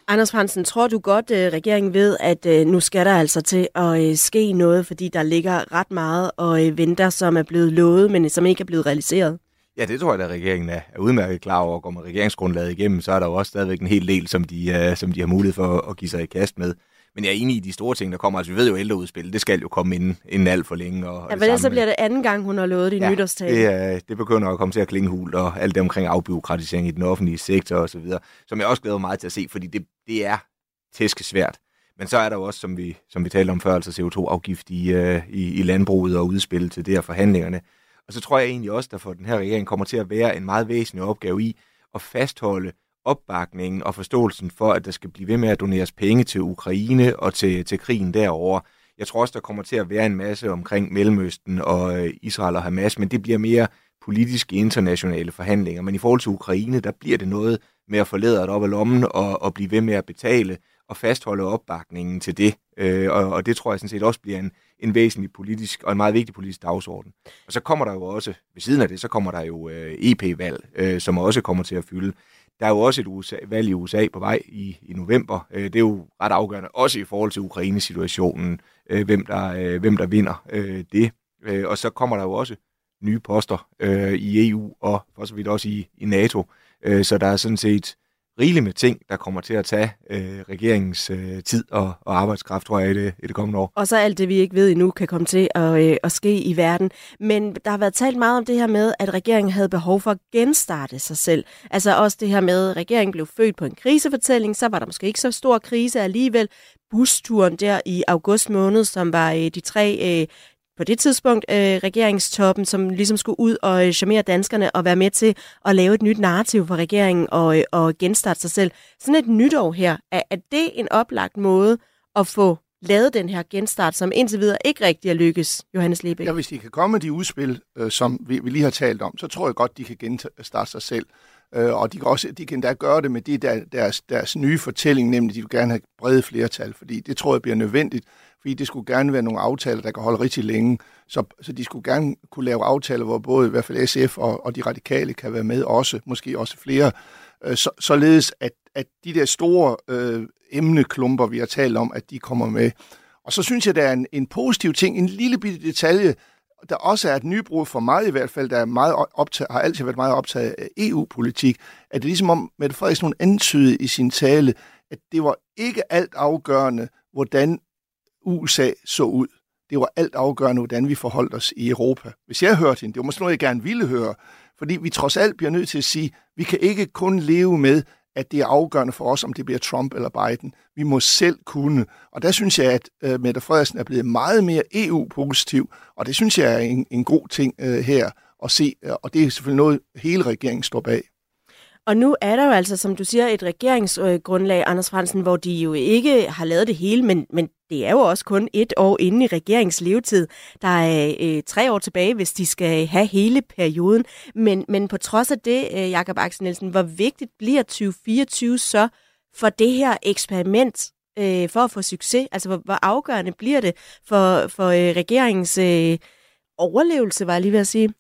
Anders Frandsen, tror du godt, at regeringen ved, at nu skal der altså til at ske noget, fordi der ligger ret meget og venter, som er blevet lovet, men som ikke er blevet realiseret? Ja, det tror jeg, at regeringen er, er udmærket klar over. Går man regeringsgrundlaget igennem, så er der jo også stadigvæk en hel del, som de, uh, som de har mulighed for at give sig i kast med. Men jeg er enig i de store ting, der kommer. Altså, vi ved jo, ældreudspil, det skal jo komme inden, inden alt for længe. Og ja, men det så bliver det anden gang, hun har lovet det i ja, nytårstale. Det, uh, det begynder at komme til at klinge hult, og alt det omkring afbureaukratisering i den offentlige sektor osv., som jeg også glæder mig meget til at se, fordi det, det er tæskesvært. Men så er der jo også, som vi, som vi talte om før, altså C O to afgift i, uh, i, i landbruget og udspil til det her forhandlingerne. Og så tror jeg egentlig også, at for den her regering kommer til at være en meget væsentlig opgave i at fastholde opbakningen og forståelsen for, at der skal blive ved med at doneres penge til Ukraine og til, til krigen derovre. Jeg tror også, der kommer til at være en masse omkring Mellemøsten og Israel og Hamas, men det bliver mere politiske internationale forhandlinger. Men i forhold til Ukraine, der bliver det noget med at forlade det op af lommen og, og blive ved med at betale og fastholde opbakningen til det. Øh, og, og det tror jeg sådan set også bliver en, en væsentlig politisk og en meget vigtig politisk dagsorden. Og så kommer der jo også, ved siden af det, så kommer der jo øh, E P-valg, øh, som også kommer til at fylde. Der er jo også et U S A, valg i U S A på vej i, i november. Øh, det er jo ret afgørende, også i forhold til Ukraine-situationen, øh, hvem, der, øh, hvem der vinder øh, det. Øh, og så kommer der jo også nye poster øh, i E U og for så vidt også i, i NATO. Øh, så der er sådan set rigeligt med ting, der kommer til at tage øh, regeringens øh, tid og, og arbejdskraft, tror jeg, i det, i det kommende år. Og så alt det, vi ikke ved endnu, kan komme til at, øh, at ske i verden. Men der har været talt meget om det her med, at regeringen havde behov for at genstarte sig selv. Altså også det her med, at regeringen blev født på en krisefortælling, så var der måske ikke så stor krise alligevel. Busturen der i august måned, som var øh, de tre... Øh, på det tidspunkt øh, regeringstoppen, som ligesom skulle ud og øh, charmere danskerne og være med til at lave et nyt narrativ for regeringen og, øh, og genstarte sig selv. Sådan et nytår her, er, er det en oplagt måde at få lavet den her genstart, som indtil videre ikke rigtig er lykkes, Johannes Lebæk? Ja, hvis de kan komme med de udspil, øh, som vi, vi lige har talt om, så tror jeg godt, de kan genstarte sig selv. Øh, og de kan også de kan da gøre det med det, der, deres, deres nye fortælling, nemlig de vil gerne have brede flertal, fordi det tror jeg bliver nødvendigt, fordi det skulle gerne være nogle aftaler, der kan holde rigtig længe. Så, så de skulle gerne kunne lave aftaler, hvor både i hvert fald S F og, og de radikale kan være med også, måske også flere, øh, så, således at, at de der store øh, emneklumper, vi har talt om, at de kommer med. Og så synes jeg, der er en, en positiv ting, en lille bitte detalje, der også er et nybrud for mig i hvert fald, der er meget optaget, har altid været meget optaget af E U-politik, at det ligesom om Mette Frederiksen hun antydede i sin tale, at det var ikke alt afgørende, hvordan U S A så ud. Det var alt afgørende, hvordan vi forholdt os i Europa. Hvis jeg hørte hende, det var måske noget, jeg gerne ville høre, fordi vi trods alt bliver nødt til at sige, vi kan ikke kun leve med, at det er afgørende for os, om det bliver Trump eller Biden. Vi må selv kunne. Og der synes jeg, at uh, Mette Frederiksen er blevet meget mere E U-positiv, og det synes jeg er en, en god ting uh, her at se, uh, og det er selvfølgelig noget, hele regeringen står bag. Og nu er der jo altså, som du siger, et regeringsgrundlag, Anders Frandsen, hvor de jo ikke har lavet det hele, men, men det er jo også kun et år inde i regeringslevetid. Der er øh, tre år tilbage, hvis de skal have hele perioden. Men, men på trods af det, øh, Jakob Axel-Nielsen, hvor vigtigt bliver tyve fireogtyve så for det her eksperiment øh, for at få succes? Altså, hvor, hvor afgørende bliver det for, for øh, regeringens øh, overlevelse, var jeg lige ved at sige?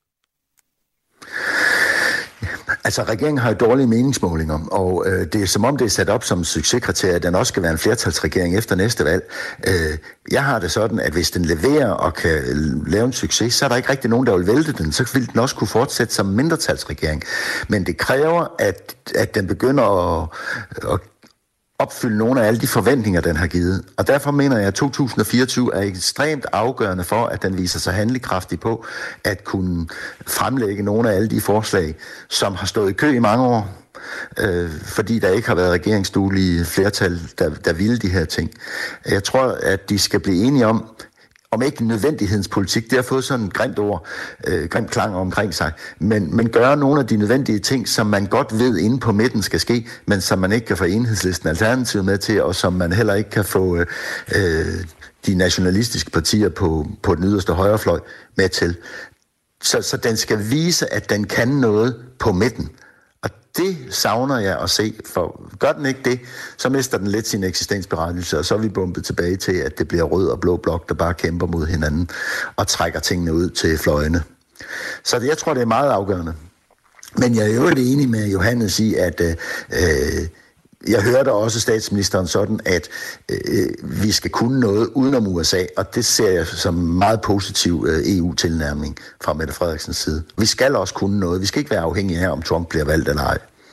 Altså, regeringen har jo dårlige meningsmålinger, og øh, det er som om, det er sat op som succeskriterie, at den også skal være en flertalsregering efter næste valg. Øh, jeg har det sådan, at hvis den leverer og kan lave en succes, så er der ikke rigtig nogen, der vil vælte den. Så vil den også kunne fortsætte som mindretalsregering. Men det kræver, at, at den begynder at, at opfylde nogle af alle de forventninger, den har givet. Og derfor mener jeg, at to tusind fireogtyve er ekstremt afgørende for, at den viser sig handlekraftig på at kunne fremlægge nogle af alle de forslag, som har stået i kø i mange år, øh, fordi der ikke har været regeringsduelige flertal, der, der ville de her ting. Jeg tror, at de skal blive enige om, om ikke nødvendighedens politik, det har fået sådan en grimt ord, øh, grimt klang omkring sig, men, men gøre nogle af de nødvendige ting, som man godt ved inde på midten skal ske, men som man ikke kan få Enhedslisten Alternativet med til, og som man heller ikke kan få øh, de nationalistiske partier på, på den yderste højrefløj med til. Så, så den skal vise, at den kan noget på midten. Og det savner jeg at se, for gør den ikke det, så mister den lidt sin eksistensberettigelse, og så er vi bumpet tilbage til, at det bliver rød og blå blok, der bare kæmper mod hinanden og trækker tingene ud til fløjene. Så jeg tror, det er meget afgørende. Men jeg er jo enig med Johannes i, at øh, jeg hørte også statsministeren sådan, at øh, vi skal kunne noget udenom U S A, og det ser jeg som meget positiv øh, E U-tilnærming fra Mette Frederiksens side. Vi skal også kunne noget. Vi skal ikke være afhængige af, om Trump bliver valgt eller ej.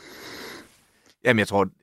Jamen, jeg tror,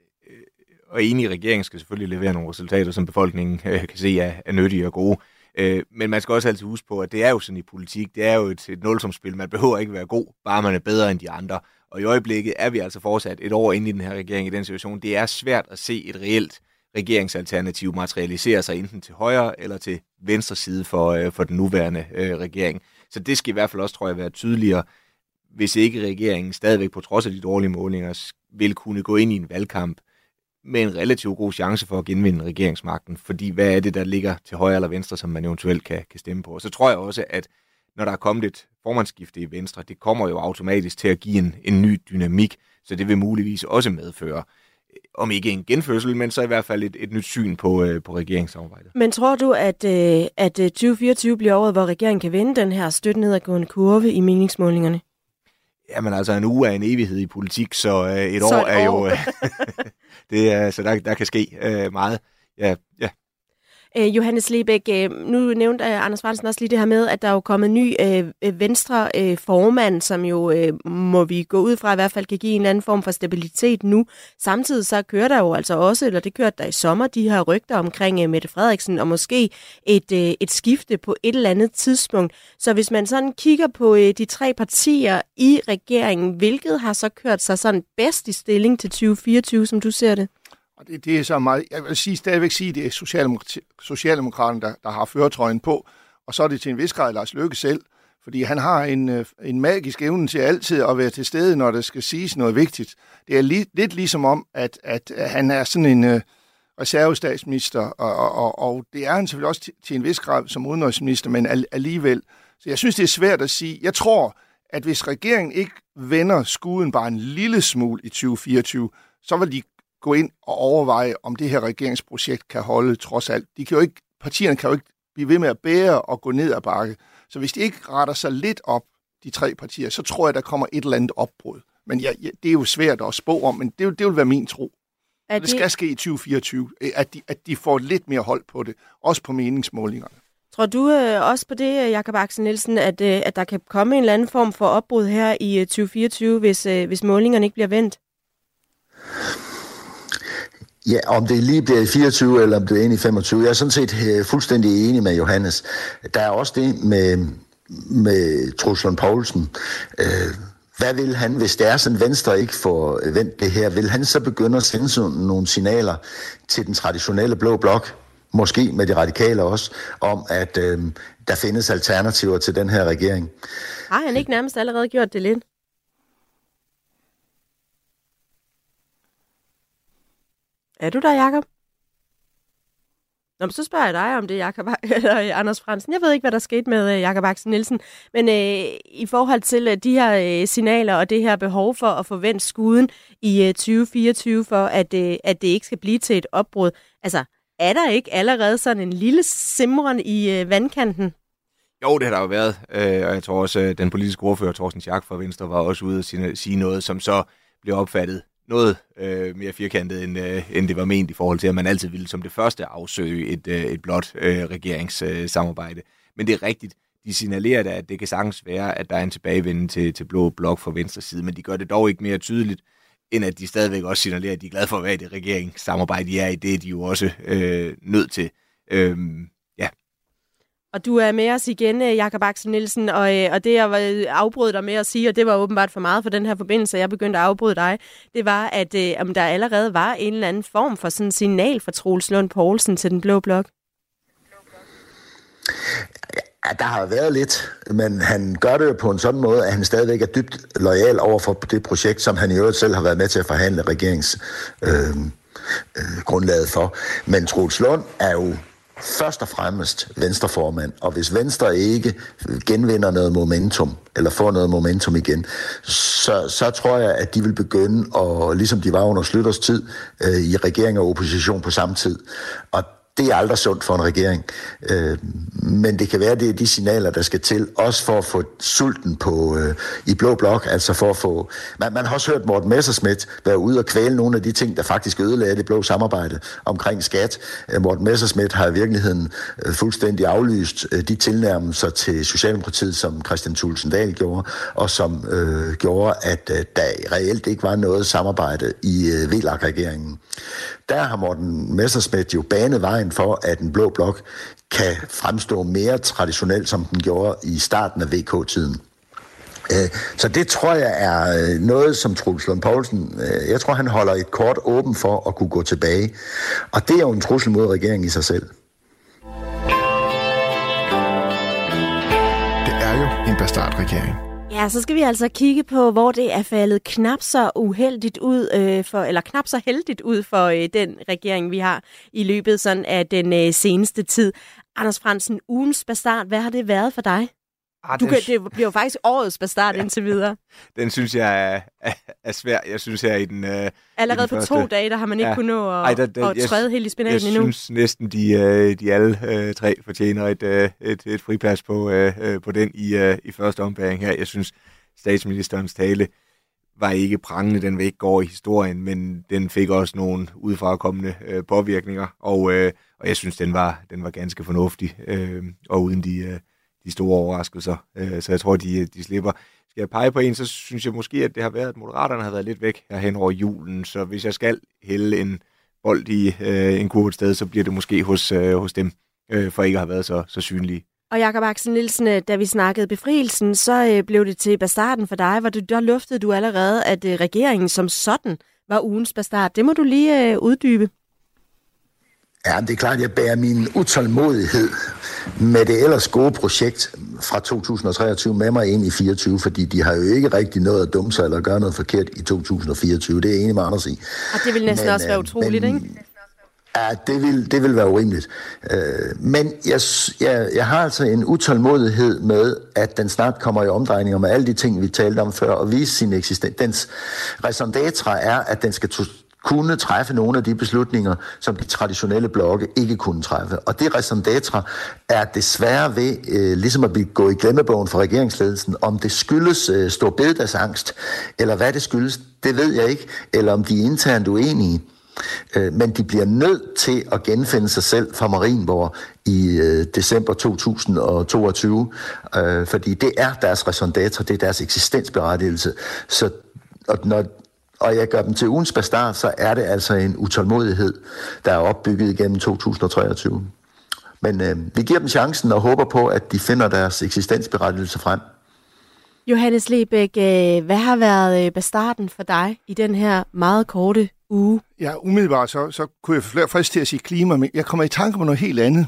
og enig i regeringen skal selvfølgelig levere nogle resultater, som befolkningen øh, kan se er, er nyttige og gode. Øh, men man skal også altid huske på, at det er jo sådan i politik, det er jo et, et nulsumsspil. Man behøver ikke være god, bare man er bedre end de andre. Og i øjeblikket er vi altså fortsat et år inde i den her regering i den situation. Det er svært at se et reelt regeringsalternativ materialisere sig enten til højre eller til venstre side for, øh, for den nuværende øh, regering. Så det skal i hvert fald også, tror jeg, være tydeligere, hvis ikke regeringen stadigvæk på trods af de dårlige målinger vil kunne gå ind i en valgkamp med en relativt god chance for at genvinde regeringsmagten. Fordi hvad er det, der ligger til højre eller venstre, som man eventuelt kan, kan stemme på? Og så tror jeg også, at når der er kommet et formandsskifte i Venstre, det kommer jo automatisk til at give en, en ny dynamik, så det vil muligvis også medføre, om ikke en genfødsel, men så i hvert fald et, et nyt syn på, øh, på regeringssamarbejdet. Men tror du, at, øh, at tyve fireogtyve bliver året, hvor regeringen kan vende den her støtte nedadgående kurve i meningsmålingerne? Jamen altså, en uge er en evighed i politik, så øh, et så år et er år. jo... Øh, det er, så der, der kan ske øh, meget. Ja, ja. Øh, Johannes Lebæk, øh, nu nævnte øh, Anders Frandsen også lige det her med, at der er jo kommet en ny øh, venstre øh, formand, som jo, øh, må vi gå ud fra, i hvert fald kan give en eller anden form for stabilitet nu. Samtidig så kører der jo altså også, eller det kørte der i sommer, de her rygter omkring øh, Mette Frederiksen, og måske et, øh, et skifte på et eller andet tidspunkt. Så hvis man sådan kigger på øh, de tre partier i regeringen, hvilket har så kørt sig sådan bedst i stilling til tyve fireogtyve, som du ser det? Og det, det er så meget, jeg vil sige, stadigvæk sige, at det er Socialdemokrat- Socialdemokraterne, der, der har førertrøjen på, og så er det til en vis grad Lars Løkke selv, fordi han har en, en magisk evne til altid at være til stede, når der skal siges noget vigtigt. Det er li- lidt ligesom om, at, at han er sådan en uh, reservestatsminister, og, og, og, og det er han selvfølgelig også til, til en vis grad som udenrigsminister, men alligevel. Så jeg synes, det er svært at sige. Jeg tror, at hvis regeringen ikke vender skuden bare en lille smule i tyve fireogtyve, så vil de gå ind og overveje, om det her regeringsprojekt kan holde trods alt. De kan jo ikke, partierne kan jo ikke blive ved med at bære og gå ned ad bakke. Så hvis de ikke retter sig lidt op, de tre partier, så tror jeg, der kommer et eller andet opbrud. Men ja, ja, det er jo svært at spå om, men det, det vil være min tro. Det... det skal ske i tyve fireogtyve, at de, at de får lidt mere hold på det, også på meningsmålingerne. Tror du øh, også på det, Jakob Axel Nielsen, at, øh, at der kan komme en eller anden form for opbrud her i øh, tyve fireogtyve, hvis, øh, hvis målingerne ikke bliver vendt? Ja, om det lige bliver i fireogtyve, eller om det er inde i femogtyve. Jeg er sådan set uh, fuldstændig enig med Johannes. Der er også det med, med Troels Lund Poulsen. Uh, hvad vil han, hvis det er sådan, Venstre ikke får vendt det her? Vil han så begynde at sende sådan nogle signaler til den traditionelle blå blok, måske med de radikale også, om at uh, der findes alternativer til den her regering? Har han ikke nærmest allerede gjort det lidt? Er du der, Jakob? Nå, så spørger jeg dig om det, Jakob, eller Anders Frandsen. Jeg ved ikke, hvad der skete med Jakob Axel Nielsen, men øh, i forhold til øh, de her øh, signaler og det her behov for at få vendt skuden i øh, tyve fireogtyve, for at, øh, at det ikke skal blive til et opbrud, altså, er der ikke allerede sådan en lille simren i øh, vandkanten? Jo, det har der jo været, øh, og jeg tror også, at den politiske ordfører, Torsten Schack fra Venstre, var også ude at sige noget, som så blev opfattet noget øh, mere firkantet, end, øh, end det var ment i forhold til, at man altid ville som det første afsøge et, øh, et blot øh, regeringssamarbejde. Øh, Men det er rigtigt. De signalerer da, at det kan sagtens være, at der er en tilbagevenden til, til blå blok fra venstre side, men de gør det dog ikke mere tydeligt, end at de stadigvæk også signalerer, at de er glade for at være i det regeringssamarbejde, de er i. Det er de jo også øh, nødt til. Øh, ja. Og du er med os igen, Jakob Axel Nielsen, og, og det jeg afbrød dig med at sige, og det var åbenbart for meget for den her forbindelse, jeg begyndte at afbryde dig, det var, at øh, om der allerede var en eller anden form for sådan en signal fra Troels Lund Poulsen til den blå blok. Ja, der har været lidt, men han gør det jo på en sådan måde, at han stadigvæk er dybt loyal over for det projekt, som han i øvrigt selv har været med til at forhandle regeringsgrundlaget øh, øh, for. Men Troels Lund er jo først og fremmest venstreformand, og hvis Venstre ikke genvinder noget momentum, eller får noget momentum igen, så, så tror jeg, at de vil begynde, at, ligesom de var under Slytters tid, øh, i regering og opposition på samme tid. Og Det er aldrig sundt for en regering, øh, men det kan være, det er de signaler, der skal til, også for at få sulten på øh, i blå blok, altså for at få... Man, man har også hørt Morten Messerschmidt være ude og kvæle nogle af de ting, der faktisk ødelagde det blå samarbejde omkring skat. Øh, Morten Messerschmidt har i virkeligheden øh, fuldstændig aflyst øh, de tilnærmelser til Socialdemokratiet, som Kristian Thulesen Dahl gjorde, og som øh, gjorde, at øh, der reelt ikke var noget samarbejde i øh, V L A K-regeringen. Der har Morten Messerschmidt jo banet vejen for, at en blå blok kan fremstå mere traditionelt, som den gjorde i starten af V K-tiden. Så det tror jeg er noget, som Troels Lund Poulsen, jeg tror, han holder et kort åben for at kunne gå tilbage. Og det er jo en trussel mod regeringen i sig selv. Det er jo en bastardregering. Ja, så skal vi altså kigge på, hvor det er faldet knap så uheldigt ud, øh, for, eller knap så heldigt ud for øh, den regering, vi har i løbet sådan af den øh, seneste tid. Anders Frandsen, ugens bastard, hvad har det været for dig? Ah, du kan, det bliver jo faktisk årets bastard ja, indtil videre. Den synes jeg er, er, er svær. Jeg synes her i den øh, Allerede i den på første... to dage, der har man ikke ja. kunnet nå at, Ej, der, der, at træde helt i spinaten jeg endnu. Jeg synes næsten, de, de alle øh, tre fortjener et, øh, et, et friplads på, øh, på den i, øh, i første ombæring her. Jeg synes, statsministerens tale var ikke prangende, den vil ikke gå i historien, men den fik også nogle udefrakommende øh, påvirkninger, og, øh, og jeg synes, den var, den var ganske fornuftig, øh, og uden de, øh, de store overraskelser. Øh, så jeg tror, de, de slipper. Skal jeg pege på en, så synes jeg måske, at det har været, at Moderaterne har været lidt væk her hen over julen, så hvis jeg skal hælde en bold i øh, en kurve et sted, så bliver det måske hos, øh, hos dem, øh, for ikke at have været så, så synlige. Og Jakob Axel Nielsen, da vi snakkede befrielsen, så øh, blev det til bastarden for dig. Var du, der luftede du allerede, at øh, regeringen som sådan var ugens bastard. Det må du lige øh, uddybe. Ja, det er klart, at jeg bærer min utålmodighed med det ellers gode projekt fra to tusind og treogtyve med mig ind i fireogtyve, fordi de har jo ikke rigtig nået at dumme sig eller gøre noget forkert i to tusind og fireogtyve. Det er jeg enig med Anders i. Og det vil næsten men, også være utroligt, men, ikke? Ja, det vil, det vil være urimeligt. Øh, men jeg, jeg, jeg har altså en utålmodighed med, at den snart kommer i omdrejninger med alle de ting, vi talte om før, og vise sin eksistens. Dens raison d'être er, at den skal kunne træffe nogle af de beslutninger, som de traditionelle blokke ikke kunne træffe. Og det raison d'être er desværre ved øh, ligesom at blive gå i glemmebogen for regeringsledelsen. Om det skyldes øh, stor bededagsangst, eller hvad det skyldes, det ved jeg ikke. Eller om de er internt uenige. Øh, men de bliver nødt til at genfinde sig selv fra Marienborg i øh, december to tusind og toogtyve. Øh, fordi det er deres raison d'être, det er deres eksistensberettigelse. Så og når og jeg gør dem til ugens bastard, så er det altså en utålmodighed, der er opbygget igennem to tusind og treogtyve. Men øh, vi giver dem chancen og håber på, at de finder deres eksistensberettigelse frem. Johannes Lebæk, hvad har været bastarden for dig i den her meget korte uge? Ja, umiddelbart så, så kunne jeg flere frisk til at sige klima, men jeg kommer i tanke om noget helt andet.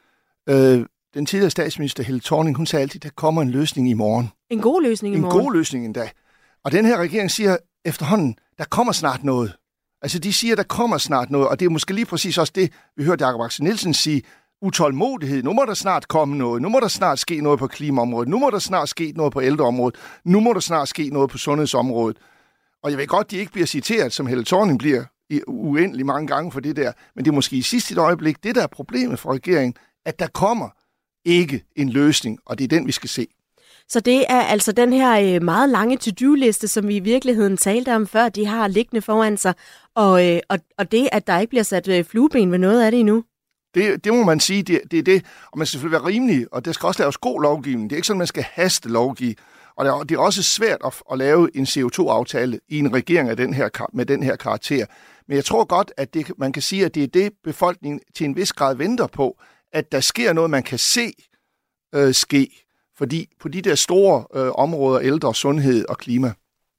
Øh, den tidligere statsminister Helle Thorning, hun sagde altid, at der kommer en løsning i morgen. En god løsning i morgen? En god løsning endda. Og den her regering siger efterhånden, der kommer snart noget. Altså de siger, der kommer snart noget, og det er måske lige præcis også det, vi hørte Jakob Axel Nielsen sige, utålmodighed. Nu må der snart komme noget. Nu må der snart ske noget på klimaområdet. Nu må der snart ske noget på ældreområdet. Nu må der snart ske noget på sundhedsområdet. Og jeg ved godt, de ikke bliver citeret, som Helle Thorning bliver i uendelig mange gange for det der. Men det er måske i sidste øjeblik, det der er problemet for regeringen, at der kommer ikke en løsning, og det er den, vi skal se. Så det er altså den her meget lange to-do-liste, som vi i virkeligheden talte om før, de har liggende foran sig, og, og, og det, at der ikke bliver sat flueben ved noget af det endnu? Det, det må man sige, det, det er det, og man skal selvfølgelig være rimelig, og der skal også laves god lovgivning. Det er ikke sådan, man skal haste lovgive, og det er, det er også svært at, at lave en C O to aftale i en regering af den her, med den her karakter. Men jeg tror godt, at det, man kan sige, at det er det, befolkningen til en vis grad venter på, at der sker noget, man kan se øh, ske. Fordi på de der store øh, områder, ældre, sundhed og klima.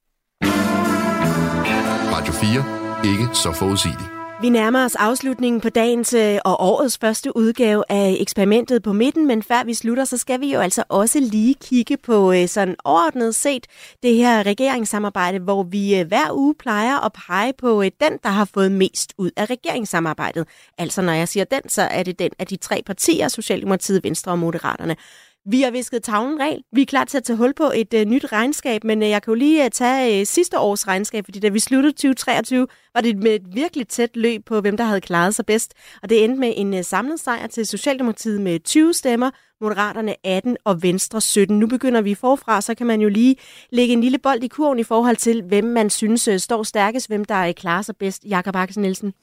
Radio fire. Ikke så forudsigeligt. Vi nærmer os afslutningen på dagens og årets første udgave af eksperimentet på midten, men før vi slutter, så skal vi jo altså også lige kigge på sådan overordnet set det her regeringssamarbejde, hvor vi hver uge plejer at pege på den, der har fået mest ud af regeringssamarbejdet. Altså når jeg siger den, så er det den af de tre partier, Socialdemokratiet, Venstre og Moderaterne. Vi har visket tavlen ren. Vi er klar til at tage hul på et uh, nyt regnskab, men uh, jeg kan jo lige uh, tage uh, sidste års regnskab, fordi da vi sluttede tyve treogtyve, var det med et virkelig tæt løb på, hvem der havde klaret sig bedst. Og det endte med en uh, samlet sejr til Socialdemokratiet med tyve stemmer, Moderaterne atten og Venstre sytten. Nu begynder vi forfra, så kan man jo lige lægge en lille bold i kurven i forhold til, hvem man synes uh, står stærkest, hvem der uh, klarer sig bedst. Jakob Axel Nielsen.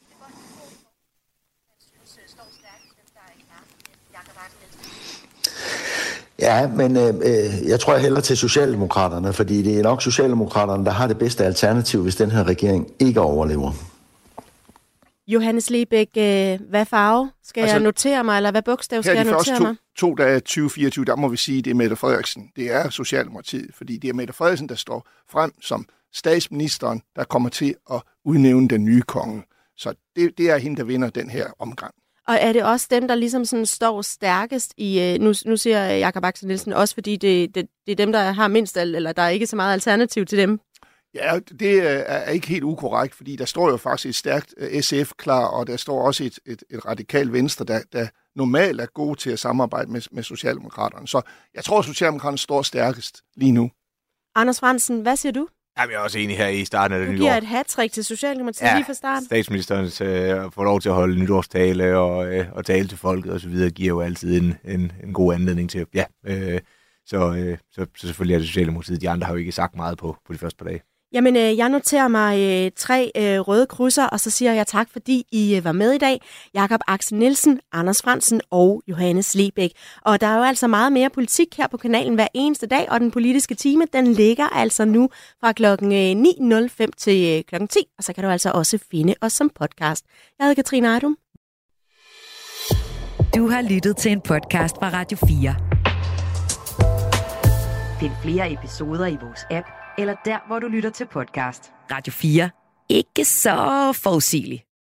Ja, men øh, jeg tror jeg hælder til Socialdemokraterne, fordi det er nok Socialdemokraterne, der har det bedste alternativ, hvis den her regering ikke overlever. Johannes Lebæk, øh, hvad farve skal altså, jeg notere mig, eller hvad bogstav skal jeg notere mig? Her de første to, to dage tyve fireogtyve, der må vi sige, det er Mette Frederiksen. Det er Socialdemokratiet, fordi det er Mette Frederiksen, der står frem som statsministeren, der kommer til at udnævne den nye konge. Så det, det er hende, der vinder den her omgang. Og er det også dem, der ligesom sådan står stærkest i, nu, nu siger Jakob Axel Nielsen, også fordi det, det, det er dem, der har mindst, eller der er ikke så meget alternativ til dem? Ja, det er ikke helt ukorrekt, fordi der står jo faktisk et stærkt S F klar, og der står også et, et, et radikalt Venstre, der, der normalt er gode til at samarbejde med, med Socialdemokraterne. Så jeg tror, at Socialdemokraterne står stærkest lige nu. Anders Frandsen, hvad siger du? Jamen, jeg er også enig her i starten af det nye år. Du giver et hat-trick til Socialdemokratiet ja, lige fra starten. Statsministeren øh, får lov til at holde nytårstale og, øh, og tale til folket og så videre, giver jo altid en, en, en god anledning til. Ja, øh, så, øh, så, så selvfølgelig er det Socialdemokratiet. De andre har jo ikke sagt meget på, på de første par dage. Jamen, øh, jeg noterer mig øh, tre øh, røde krydser, og så siger jeg tak, fordi I øh, var med i dag. Jakob Axel Nielsen, Anders Frandsen og Johannes Lebæk. Og der er jo altså meget mere politik her på kanalen hver eneste dag, og den politiske time, den ligger altså nu fra klokken ni nul fem til øh, klokken ti, og så kan du altså også finde os som podcast. Jeg hedder Katrine Ejdum. Du har lyttet til en podcast fra Radio fire. Find flere episoder i vores app, eller der, hvor du lytter til podcast. Radio fire. Ikke så forudsigeligt.